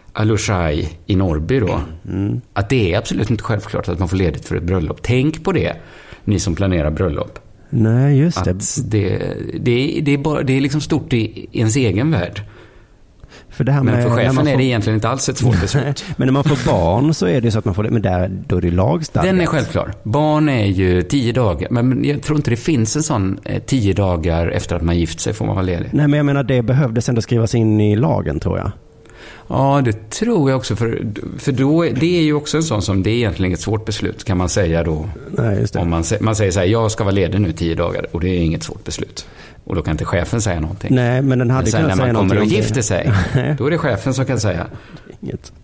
Alushaj i Norrby då. Mm. Att det är absolut inte självklart att man får ledigt för ett bröllop. Tänk på det, ni som planerar bröllop. Nej, just det. Att det, det, det, är bara, det är liksom stort i ens egen värld. För det här men med, för chefen får... är det egentligen inte alls ett svårt beslut. Men när man får barn så är det så att man får det, men där, då är det lagstadgat. Den är självklar. Barn är ju tio dagar. Men jag tror inte det finns en sån eh, tio dagar efter att man gift sig får man vara ledig. Nej, men jag menar det behövdes ändå skrivas in i lagen, tror jag. Ja, det tror jag också. För, för då, det är ju också en sån som det är egentligen ett svårt beslut, kan man säga då. Nej, just det. Om man, man säger så här, jag ska vara ledig nu tio dagar. Och det är inget svårt beslut. Och då kan inte chefen säga någonting. Nej, men den hade kunnat säga någonting. När man kommer och gifter sig, då är det chefen som kan säga. Inget.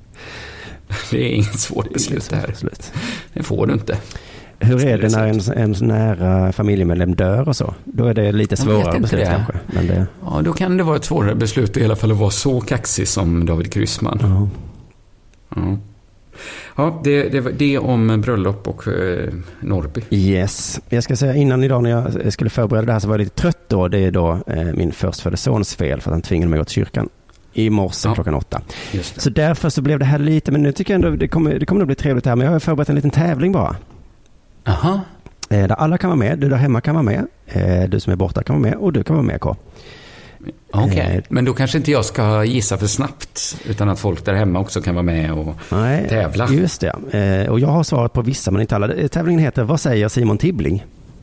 Det är inget svårt beslut det här. Beslut. Det får du inte. Hur är det när en, en nära familjemedlem dör och så? Då är det lite svårare beslut det. kanske. Men det... Ja, då kan det vara ett svårare beslut i alla fall att vara så kaxig som David Kryssman. Uh-huh. Ja, ja det, det, det om bröllop och eh, Norrby. Yes. Jag ska säga innan idag när jag skulle förbereda det här så var jag lite trött då. Det är då eh, min förstfödde sons fel för att han tvingade mig att gå till kyrkan i morse ja. klockan åtta. Så därför så blev det här lite, men nu tycker jag ändå det kommer, det kommer att bli trevligt här. Men jag har förberett en liten tävling bara. Aha. Eh, där alla kan vara med. Du där hemma kan vara med. Eh, du som är borta kan vara med. Och du kan vara med, K. Okej, okay. eh, men då kanske inte jag ska gissa för snabbt. Utan att folk där hemma också kan vara med och nej, tävla. Just det. Eh, och jag har svarat på vissa, men inte alla. Tävlingen heter Vad säger Simon Tibbling?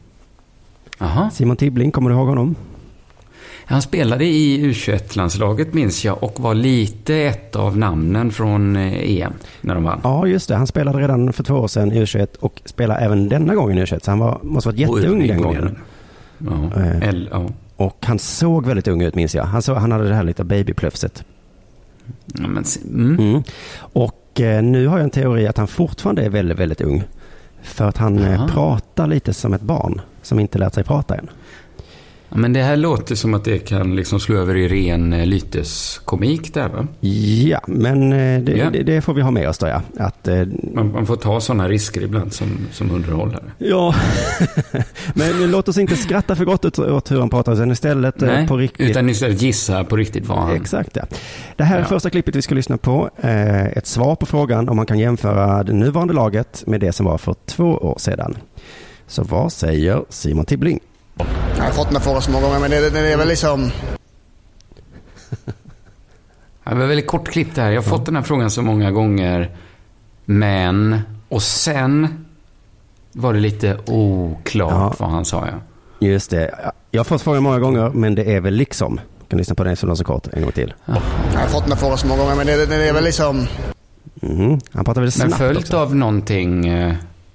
Aha. Simon Tibbling, kommer du ihåg honom? Han spelade i U tjugoett-landslaget minns jag och var lite ett av namnen från E M när de vann. Ja, just det. Han spelade redan för två år sedan i U tjugoett och spelar även denna gången i U tjugoett. Så han var, måste varit jätteung Oj, den gången. Ja. Eh, L, ja. Och han såg väldigt ung ut minns jag. Han, så, han hade det här lite babyplöfset. Ja, men, mm. Mm. Och eh, nu har jag en teori att han fortfarande är väldigt, väldigt ung. För att han eh, pratar lite som ett barn som inte lärt sig prata än. Ja, men det här låter som att det kan liksom slå över i ren eh, lyteskomik där, va? Ja, men eh, det, ja. Det, det får vi ha med oss då, ja. Att, eh, man, man får ta sådana risker ibland som, som underhållare. Ja, men låt oss inte skratta för gott åt, åt hur han pratar, utan istället Nej, på riktigt. utan istället gissa på riktigt vad han... Exakt, ja. Det här är ja. första klippet vi ska lyssna på. Eh, ett svar på frågan om man kan jämföra det nuvarande laget med det som var för två år sedan. Så vad säger Simon Tibbling? Jag har fått den här frågan så många gånger, men det, det, det är väl liksom... Det var väldigt kort klipp där. Jag har fått den här frågan så många gånger. Men, och sen var det lite oklart ja. vad han sa. Ja. Just det. Jag har fått frågan många gånger, men det är väl liksom. Jag kan lyssna på den så kort en gång till. Ja. Jag har fått den här frågan så många gånger, men det, det, det är väl liksom... Mm. Han pratar väl snabbt. Men följt också. av någonting... Eh...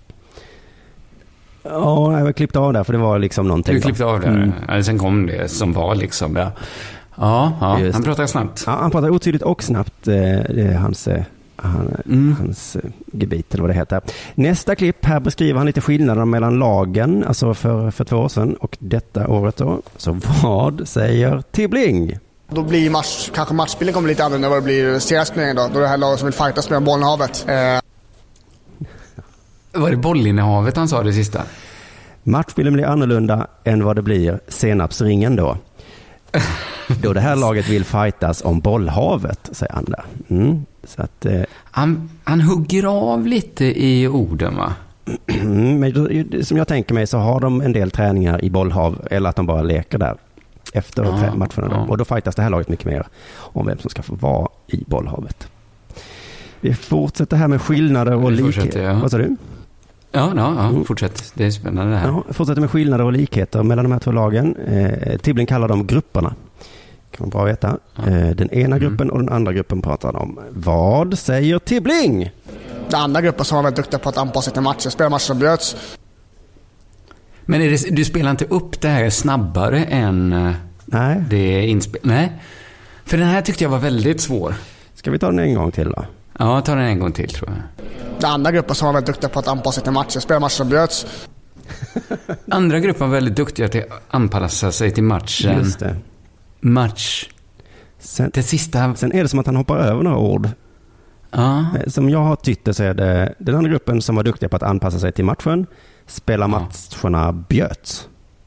Ja, jag har klippt av där för det var liksom någonting. Du klippte av det? Mm. Ja, sen kom det som var liksom, ja. Ja, ja han pratar snabbt. Ja, han pratar otydligt och snabbt. Det är hans, han, mm. hans gebit eller vad det heter. Nästa klipp, här beskriver han lite skillnader mellan lagen, alltså för, för två år sedan och detta året då. Så vad säger Tibbling? Då blir match, kanske matchbilden kommer lite annorlunda än vad det blir senast då. Då är det här laget som vill fightas med bollhavet. Eh. Var det bollinnehavet han sa det sista? Matchbilden blir annorlunda än vad det blir senapsringen då. Då det här laget vill fightas om bollhavet, säger han där. Mm. Så att, eh. han, han hugger av lite i orden, va? Men som jag tänker mig så har de en del träningar i bollhav, eller att de bara leker där efter ja, matcherna. Ja. Och då fightas det här laget mycket mer om vem som ska få vara i bollhavet. Vi fortsätter här med skillnader och likheter. Ja. Vad sa du? Ja, ja, ja. Mm. Fortsätt. Det är spännande det här. Ja, fortsätter med skillnader och likheter mellan de här två lagen. Eh, Tibbling kallar dem grupperna. Kan man bra veta. Ja. Eh, den ena gruppen mm. och den andra gruppen pratar om. Vad säger Tibbling? Den andra gruppen som var väldigt duktiga på att anpassa sig till matcher. Spela matcher som bröts. Men är det, du spelar inte upp det här snabbare än Nej. det inspel? Nej. För den här tyckte jag var väldigt svår. Ska vi ta den en gång till då? Ja, ta den en gång till tror jag. Den andra gruppen som var väldigt duktiga på att anpassa sig till matcher. Spela matcher som bröts. Andra gruppen var väldigt duktiga till att anpassa sig till matchen. Just det. Match. Sen, det sista... sen är det som att han hoppar över några ord. Ja. Som jag har tytt det så är det den andra gruppen som var duktiga på att anpassa sig till matchen. Spela matcherna bjöts.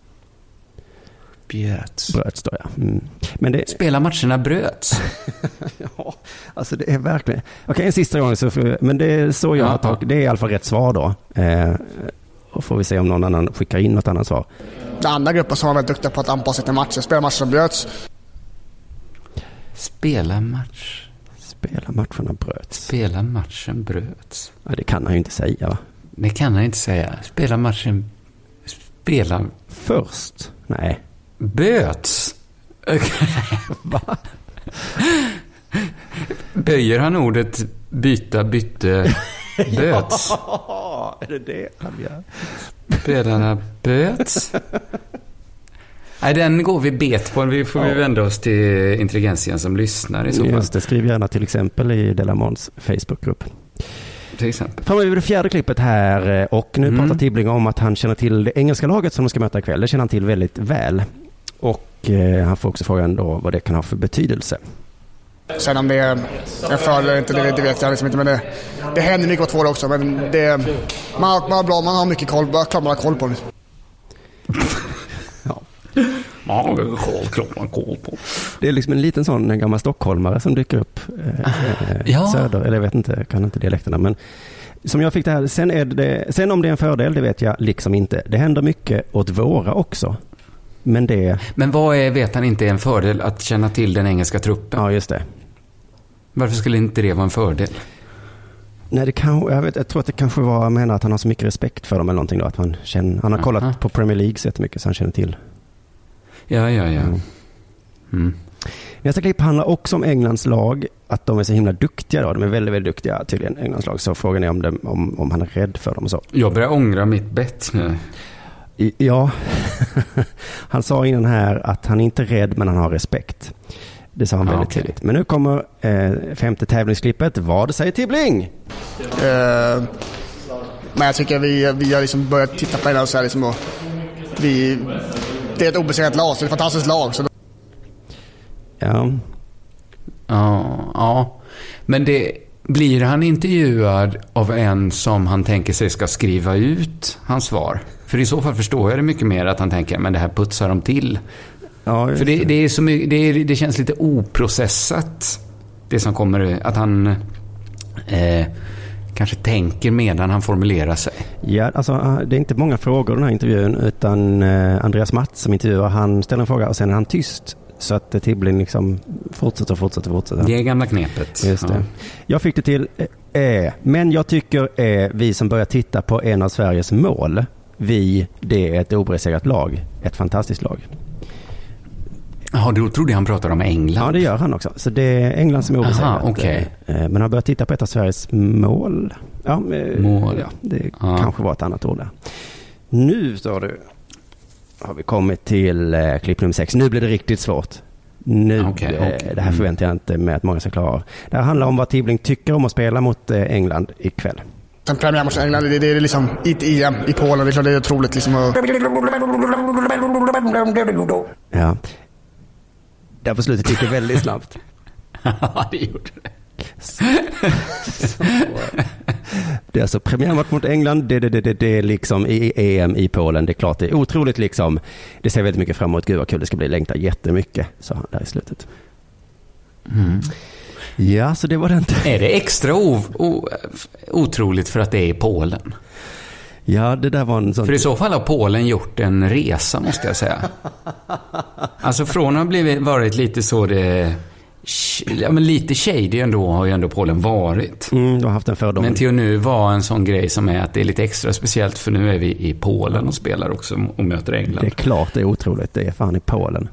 Bjöts. Bröts då, ja. Mm. Men det... Spela matcherna bröts. Ja, alltså det är verkligen... Okej, okay, en sista gång. Så för... Men det är så jag ja, har tagit. Ja. Det är i alla fall rätt svar då. Eh, och får vi se om någon annan skickar in något annat svar. Den andra gruppen som var väldigt duktiga på att anpassa sig till matcher. Spela matcher som bröts. Spela match. Spela matcherna bröts. Spela matchen bröts. Ja, det kan han ju inte säga, va? Det kan han inte säga. Spela matchen... Spela... Först? Nej. Böts? Va? Böjer han ordet byta, bytte, böts? Ja, är det det han gör? Spelarna böts? Nej, den går vi bet på. Vi får ja. vi vända oss till intelligensien som lyssnar i så fall. Just det, skriv gärna till exempel i Delamons Facebookgrupp. Till exempel. Framme över det fjärde klippet här och nu mm. pratar Tibbling om att han känner till det engelska laget som de ska möta ikväll. Det känner han till väldigt väl. Och eh, han får också frågan då vad det kan ha för betydelse. Sen om det är en fördel eller inte, det, det vet jag liksom inte. Men det, det händer mycket åt två också. Men det, man, har, man har bra, man har mycket koll. Bara klart man har koll på det. Ja. Man har koll, klart man har koll på. Det är liksom en liten sån en gammal stockholmare som dyker upp. Eh, ja. Söder, eller jag vet inte, kan inte dialekterna. Men som jag fick det här, sen, är det, sen om det är en fördel, det vet jag liksom inte. Det händer mycket åt våra också. Men, det... Men vad är, vet han inte är en fördel att känna till den engelska truppen? Ja, just det. Varför skulle inte det vara en fördel? Nej, det kan, jag, vet, jag tror att det kanske var, jag menar att han har så mycket respekt för dem eller någonting då. Att han, känner, han har kollat Aha. på Premier League så mycket så han känner till. Ja, ja, ja. Mm. Mm. Nästa klipp handlar också om Englands lag. Att de är så himla duktiga då. De är väldigt, väldigt duktiga tydligen, Englands lag. Så frågan är om, det, om, om han är rädd för dem och så. Jag börjar ångra mitt bett nu. Ja, han sa innan här att han inte är rädd men han har respekt. Det sa han väldigt okay. tydligt. Men nu kommer eh, femte tävlingsklippet. Vad säger Tibbling? Uh, men jag tycker vi, vi har liksom börjat titta på det och så här liksom och vi, det är ett obesegrat lag, så det är ett fantastiskt lag. Så då... Ja. Ja, ja. Men det... Blir han intervjuad av en som han tänker sig ska skriva ut hans svar? För i så fall förstår jag det mycket mer att han tänker, men det här putsar de till. Ja, för det, det, är så mycket, det, är, det känns lite oprocessat. Det som kommer, att han eh, kanske tänker medan han formulerar sig. Ja, alltså det är inte många frågor i den här intervjun, utan eh, Andreas Matt som intervjuar, han ställer en fråga och sen är han tyst. Så att Tibbling liksom fortsätter, fortsätter, fortsätter. Det är gamla knepet. Just det. Ja. Jag fick det till eh, men jag tycker eh, vi som börjar titta på en av Sveriges mål, vi, det är ett obesegrat lag. Ett fantastiskt lag. Ja, då trodde jag han pratade om England. Ja, det gör han också. Så det är England som är obesegrat. Aha, okay. eh, men han börjar titta på ett av Sveriges mål. Ja, eh, mål. Ja, det ja. kanske var ett annat ord där. Nu står du... har vi kommit till eh, klipp nummer sex. Nu blir det riktigt svårt. Nu, okay, eh, okay. Det här förväntar jag inte med att många ska klara av. Det här handlar om vad Tibbling tycker om att spela mot eh, England ikväll. Sen premiärmatchen i England, det, det är liksom i ett E M i Polen. Det är klart det är otroligt liksom. Och... Ja. Där på slutet gick det väldigt snabbt. Ja, det gjorde det. Så, så. Det är alltså premiärmatch mot England. Det, det, det, det, det är liksom i E M i Polen. Det är klart, det är otroligt liksom. Det ser väldigt mycket fram emot. Gud vad kul det ska bli. Längtar jättemycket, sa han där i slutet. Mm. Ja, så det var det inte. Är det extra o- o- otroligt för att det är i Polen? Ja, det där var en sån... För i så fall har Polen gjort en resa, måste jag säga. Alltså från att ha blivit, varit lite så det... Ja, men lite shady ändå har ju ändå Polen varit. Mm, du har haft en fördom. Men till att nu vara en sån grej som är att det är lite extra speciellt, för nu är vi i Polen och spelar också och möter England. Det är klart det är otroligt. Det är fan i Polen.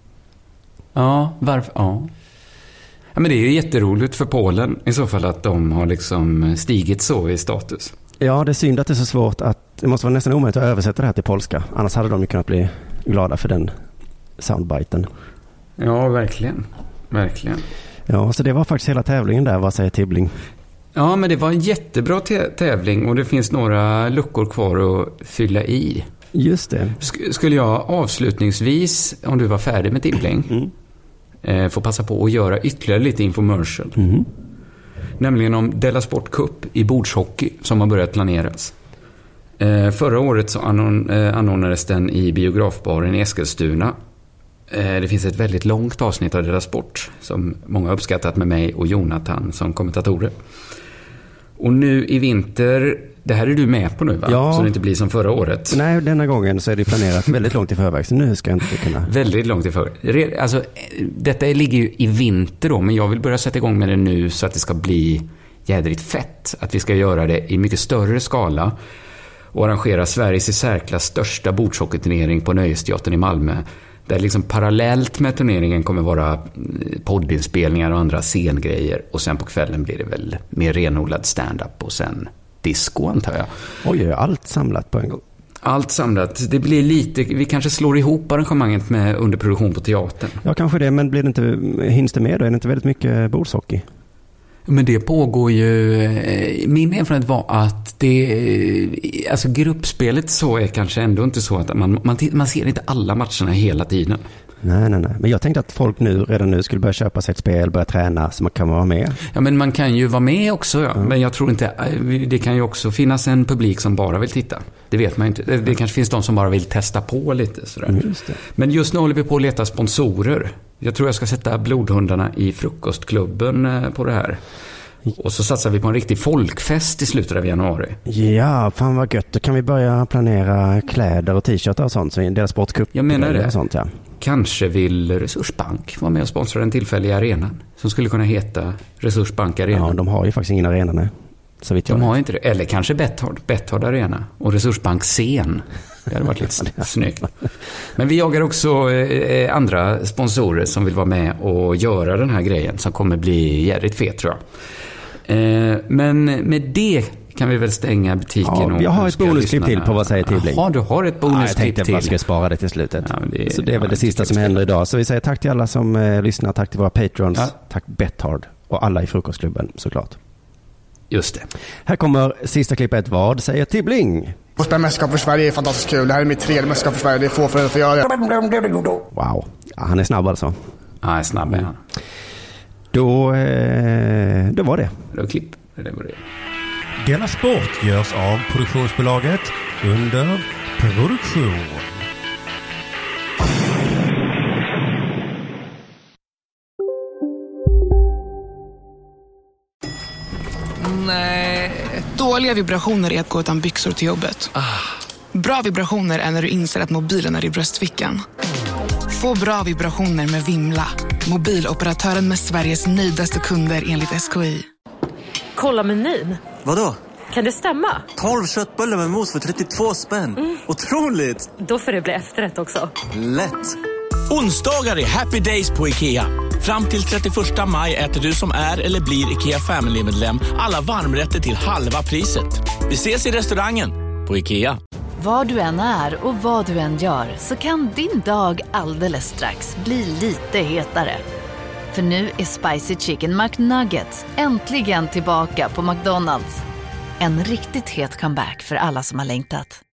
Ja, varför? Ja. Ja, men det är ju jätteroligt för Polen i så fall att de har liksom stigit så i status. Ja, det är synd att det är så svårt att... Det måste vara nästan omöjligt att översätta det här till polska. Annars hade de ju kunnat bli glada för den soundbiten. Ja, verkligen. Verkligen. Ja, så det var faktiskt hela tävlingen där, vad säger Tibbling? Ja, men det var en jättebra tä- tävling och det finns några luckor kvar att fylla i. Just det. Sk- skulle jag avslutningsvis, om du var färdig med Tibbling, mm. eh, få passa på att göra ytterligare lite infomercial. Mm. Nämligen om Della Sport Cup i bordshockey som har börjat planeras. Eh, förra året så annon- eh, anordnades den i biografbaren i Eskilstuna. Det finns ett väldigt långt avsnitt av Della Sport som många har uppskattat med mig och Jonathan som kommentatorer. Och nu i vinter, det här är du med på nu va? Ja. Så det inte blir som förra året. Nej, denna gången så är det planerat väldigt långt i förväg, så nu ska jag inte kunna... Väldigt långt i förväg. Alltså, detta ligger ju i vinter då, men jag vill börja sätta igång med det nu så att det ska bli jädrigt fett. Att vi ska göra det i mycket större skala och arrangera Sveriges i särklass största bordshockeyturnering på Nöjesteatern i Malmö. Där liksom parallellt med turneringen kommer vara poddinspelningar och andra scengrejer. Och sen på kvällen blir det väl mer renodlad stand-up och sen disco, antar jag. Oj, allt samlat på en gång. Allt samlat. Det blir lite... Vi kanske slår ihop arrangemanget med underproduktion på teatern. Ja, kanske det. Men blir det inte, hinns det med då? Är det inte väldigt mycket bordshockey? Men det pågår ju... Min erfarenhet var att det... Alltså gruppspelet så är kanske ändå inte så att man, man, man ser inte alla matcherna hela tiden. Nej, nej, nej. Men jag tänkte att folk nu, redan nu skulle börja köpa sig ett spel, börja träna så man kan vara med. Ja, men man kan ju vara med också. Ja. Mm. Men jag tror inte... Det kan ju också finnas en publik som bara vill titta. Det vet man ju inte. Det, det kanske finns de som bara vill testa på lite. Sådär. Mm, just det. Men just nu håller vi på att leta sponsorer. Jag tror jag ska sätta blodhundarna i frukostklubben på det här. Och så satsar vi på en riktig folkfest i slutet av januari. Ja, fan vad gött. Då kan vi börja planera kläder och t-shirtar och sånt. Så deras sportcup. Jag menar det. Och sånt, ja. Kanske vill Resursbank vara med och sponsra den tillfälliga arenan. Som skulle kunna heta Resursbank Arena. Ja, de har ju faktiskt ingen arena nu. Så vitt jag de har vet. inte det. Eller kanske Betthard. Betthard Arena. Och Resursbank Scen. Det hade varit lite snyggt. Men vi jagar också eh, andra sponsorer som vill vara med och göra den här grejen. Som kommer bli jävligt fet, tror jag. Eh, men med det kan vi väl stänga butiken. Ja, jag har ett bonusklipp till på vad säger Tibbling. Ja, du har ett bonusklipp ja, jag tänkte till. Jag ska spara det till slutet. Ja, det, så det är väl ja, det sista som händer idag. Så vi säger tack till alla som eh, lyssnar. Tack till våra patrons. Ja. Tack Betthard. Och alla i frukostklubben såklart. Just det. Här kommer sista klippet. Vad säger Tibbling? Att spela mästerskap för Sverige är fantastiskt kul. Det här är mitt tredje mästerskap för Sverige. Det är få för att få göra det. Wow. Ja, han är snabb alltså. Ja, han är snabb. Mm. Då, eh, då var det. Då klipp. Det var det. Della Sport görs av produktionsbolaget Under Produktion. Nej. Dåliga vibrationer är att gå utan byxor till jobbet. Ah. Bra vibrationer är när du inser att mobilen är i bröstfickan. Få bra vibrationer med Vimla. Mobiloperatören med Sveriges nöjdaste kunder enligt S K I. Kolla menyn. Vadå? Kan det stämma? tolv köttbullar med mos för trettiotvå spänn. Mm. Otroligt! Då får det bli efterrätt också. Lätt! Onsdagar är happy days på IKEA. Fram till trettioförsta maj äter du som är eller blir IKEA Family-medlem alla varmrätter till halva priset. Vi ses i restaurangen på IKEA. Var du än är och vad du än gör så kan din dag alldeles strax bli lite hetare. För nu är Spicy Chicken McNuggets äntligen tillbaka på McDonald's. En riktigt het comeback för alla som har längtat.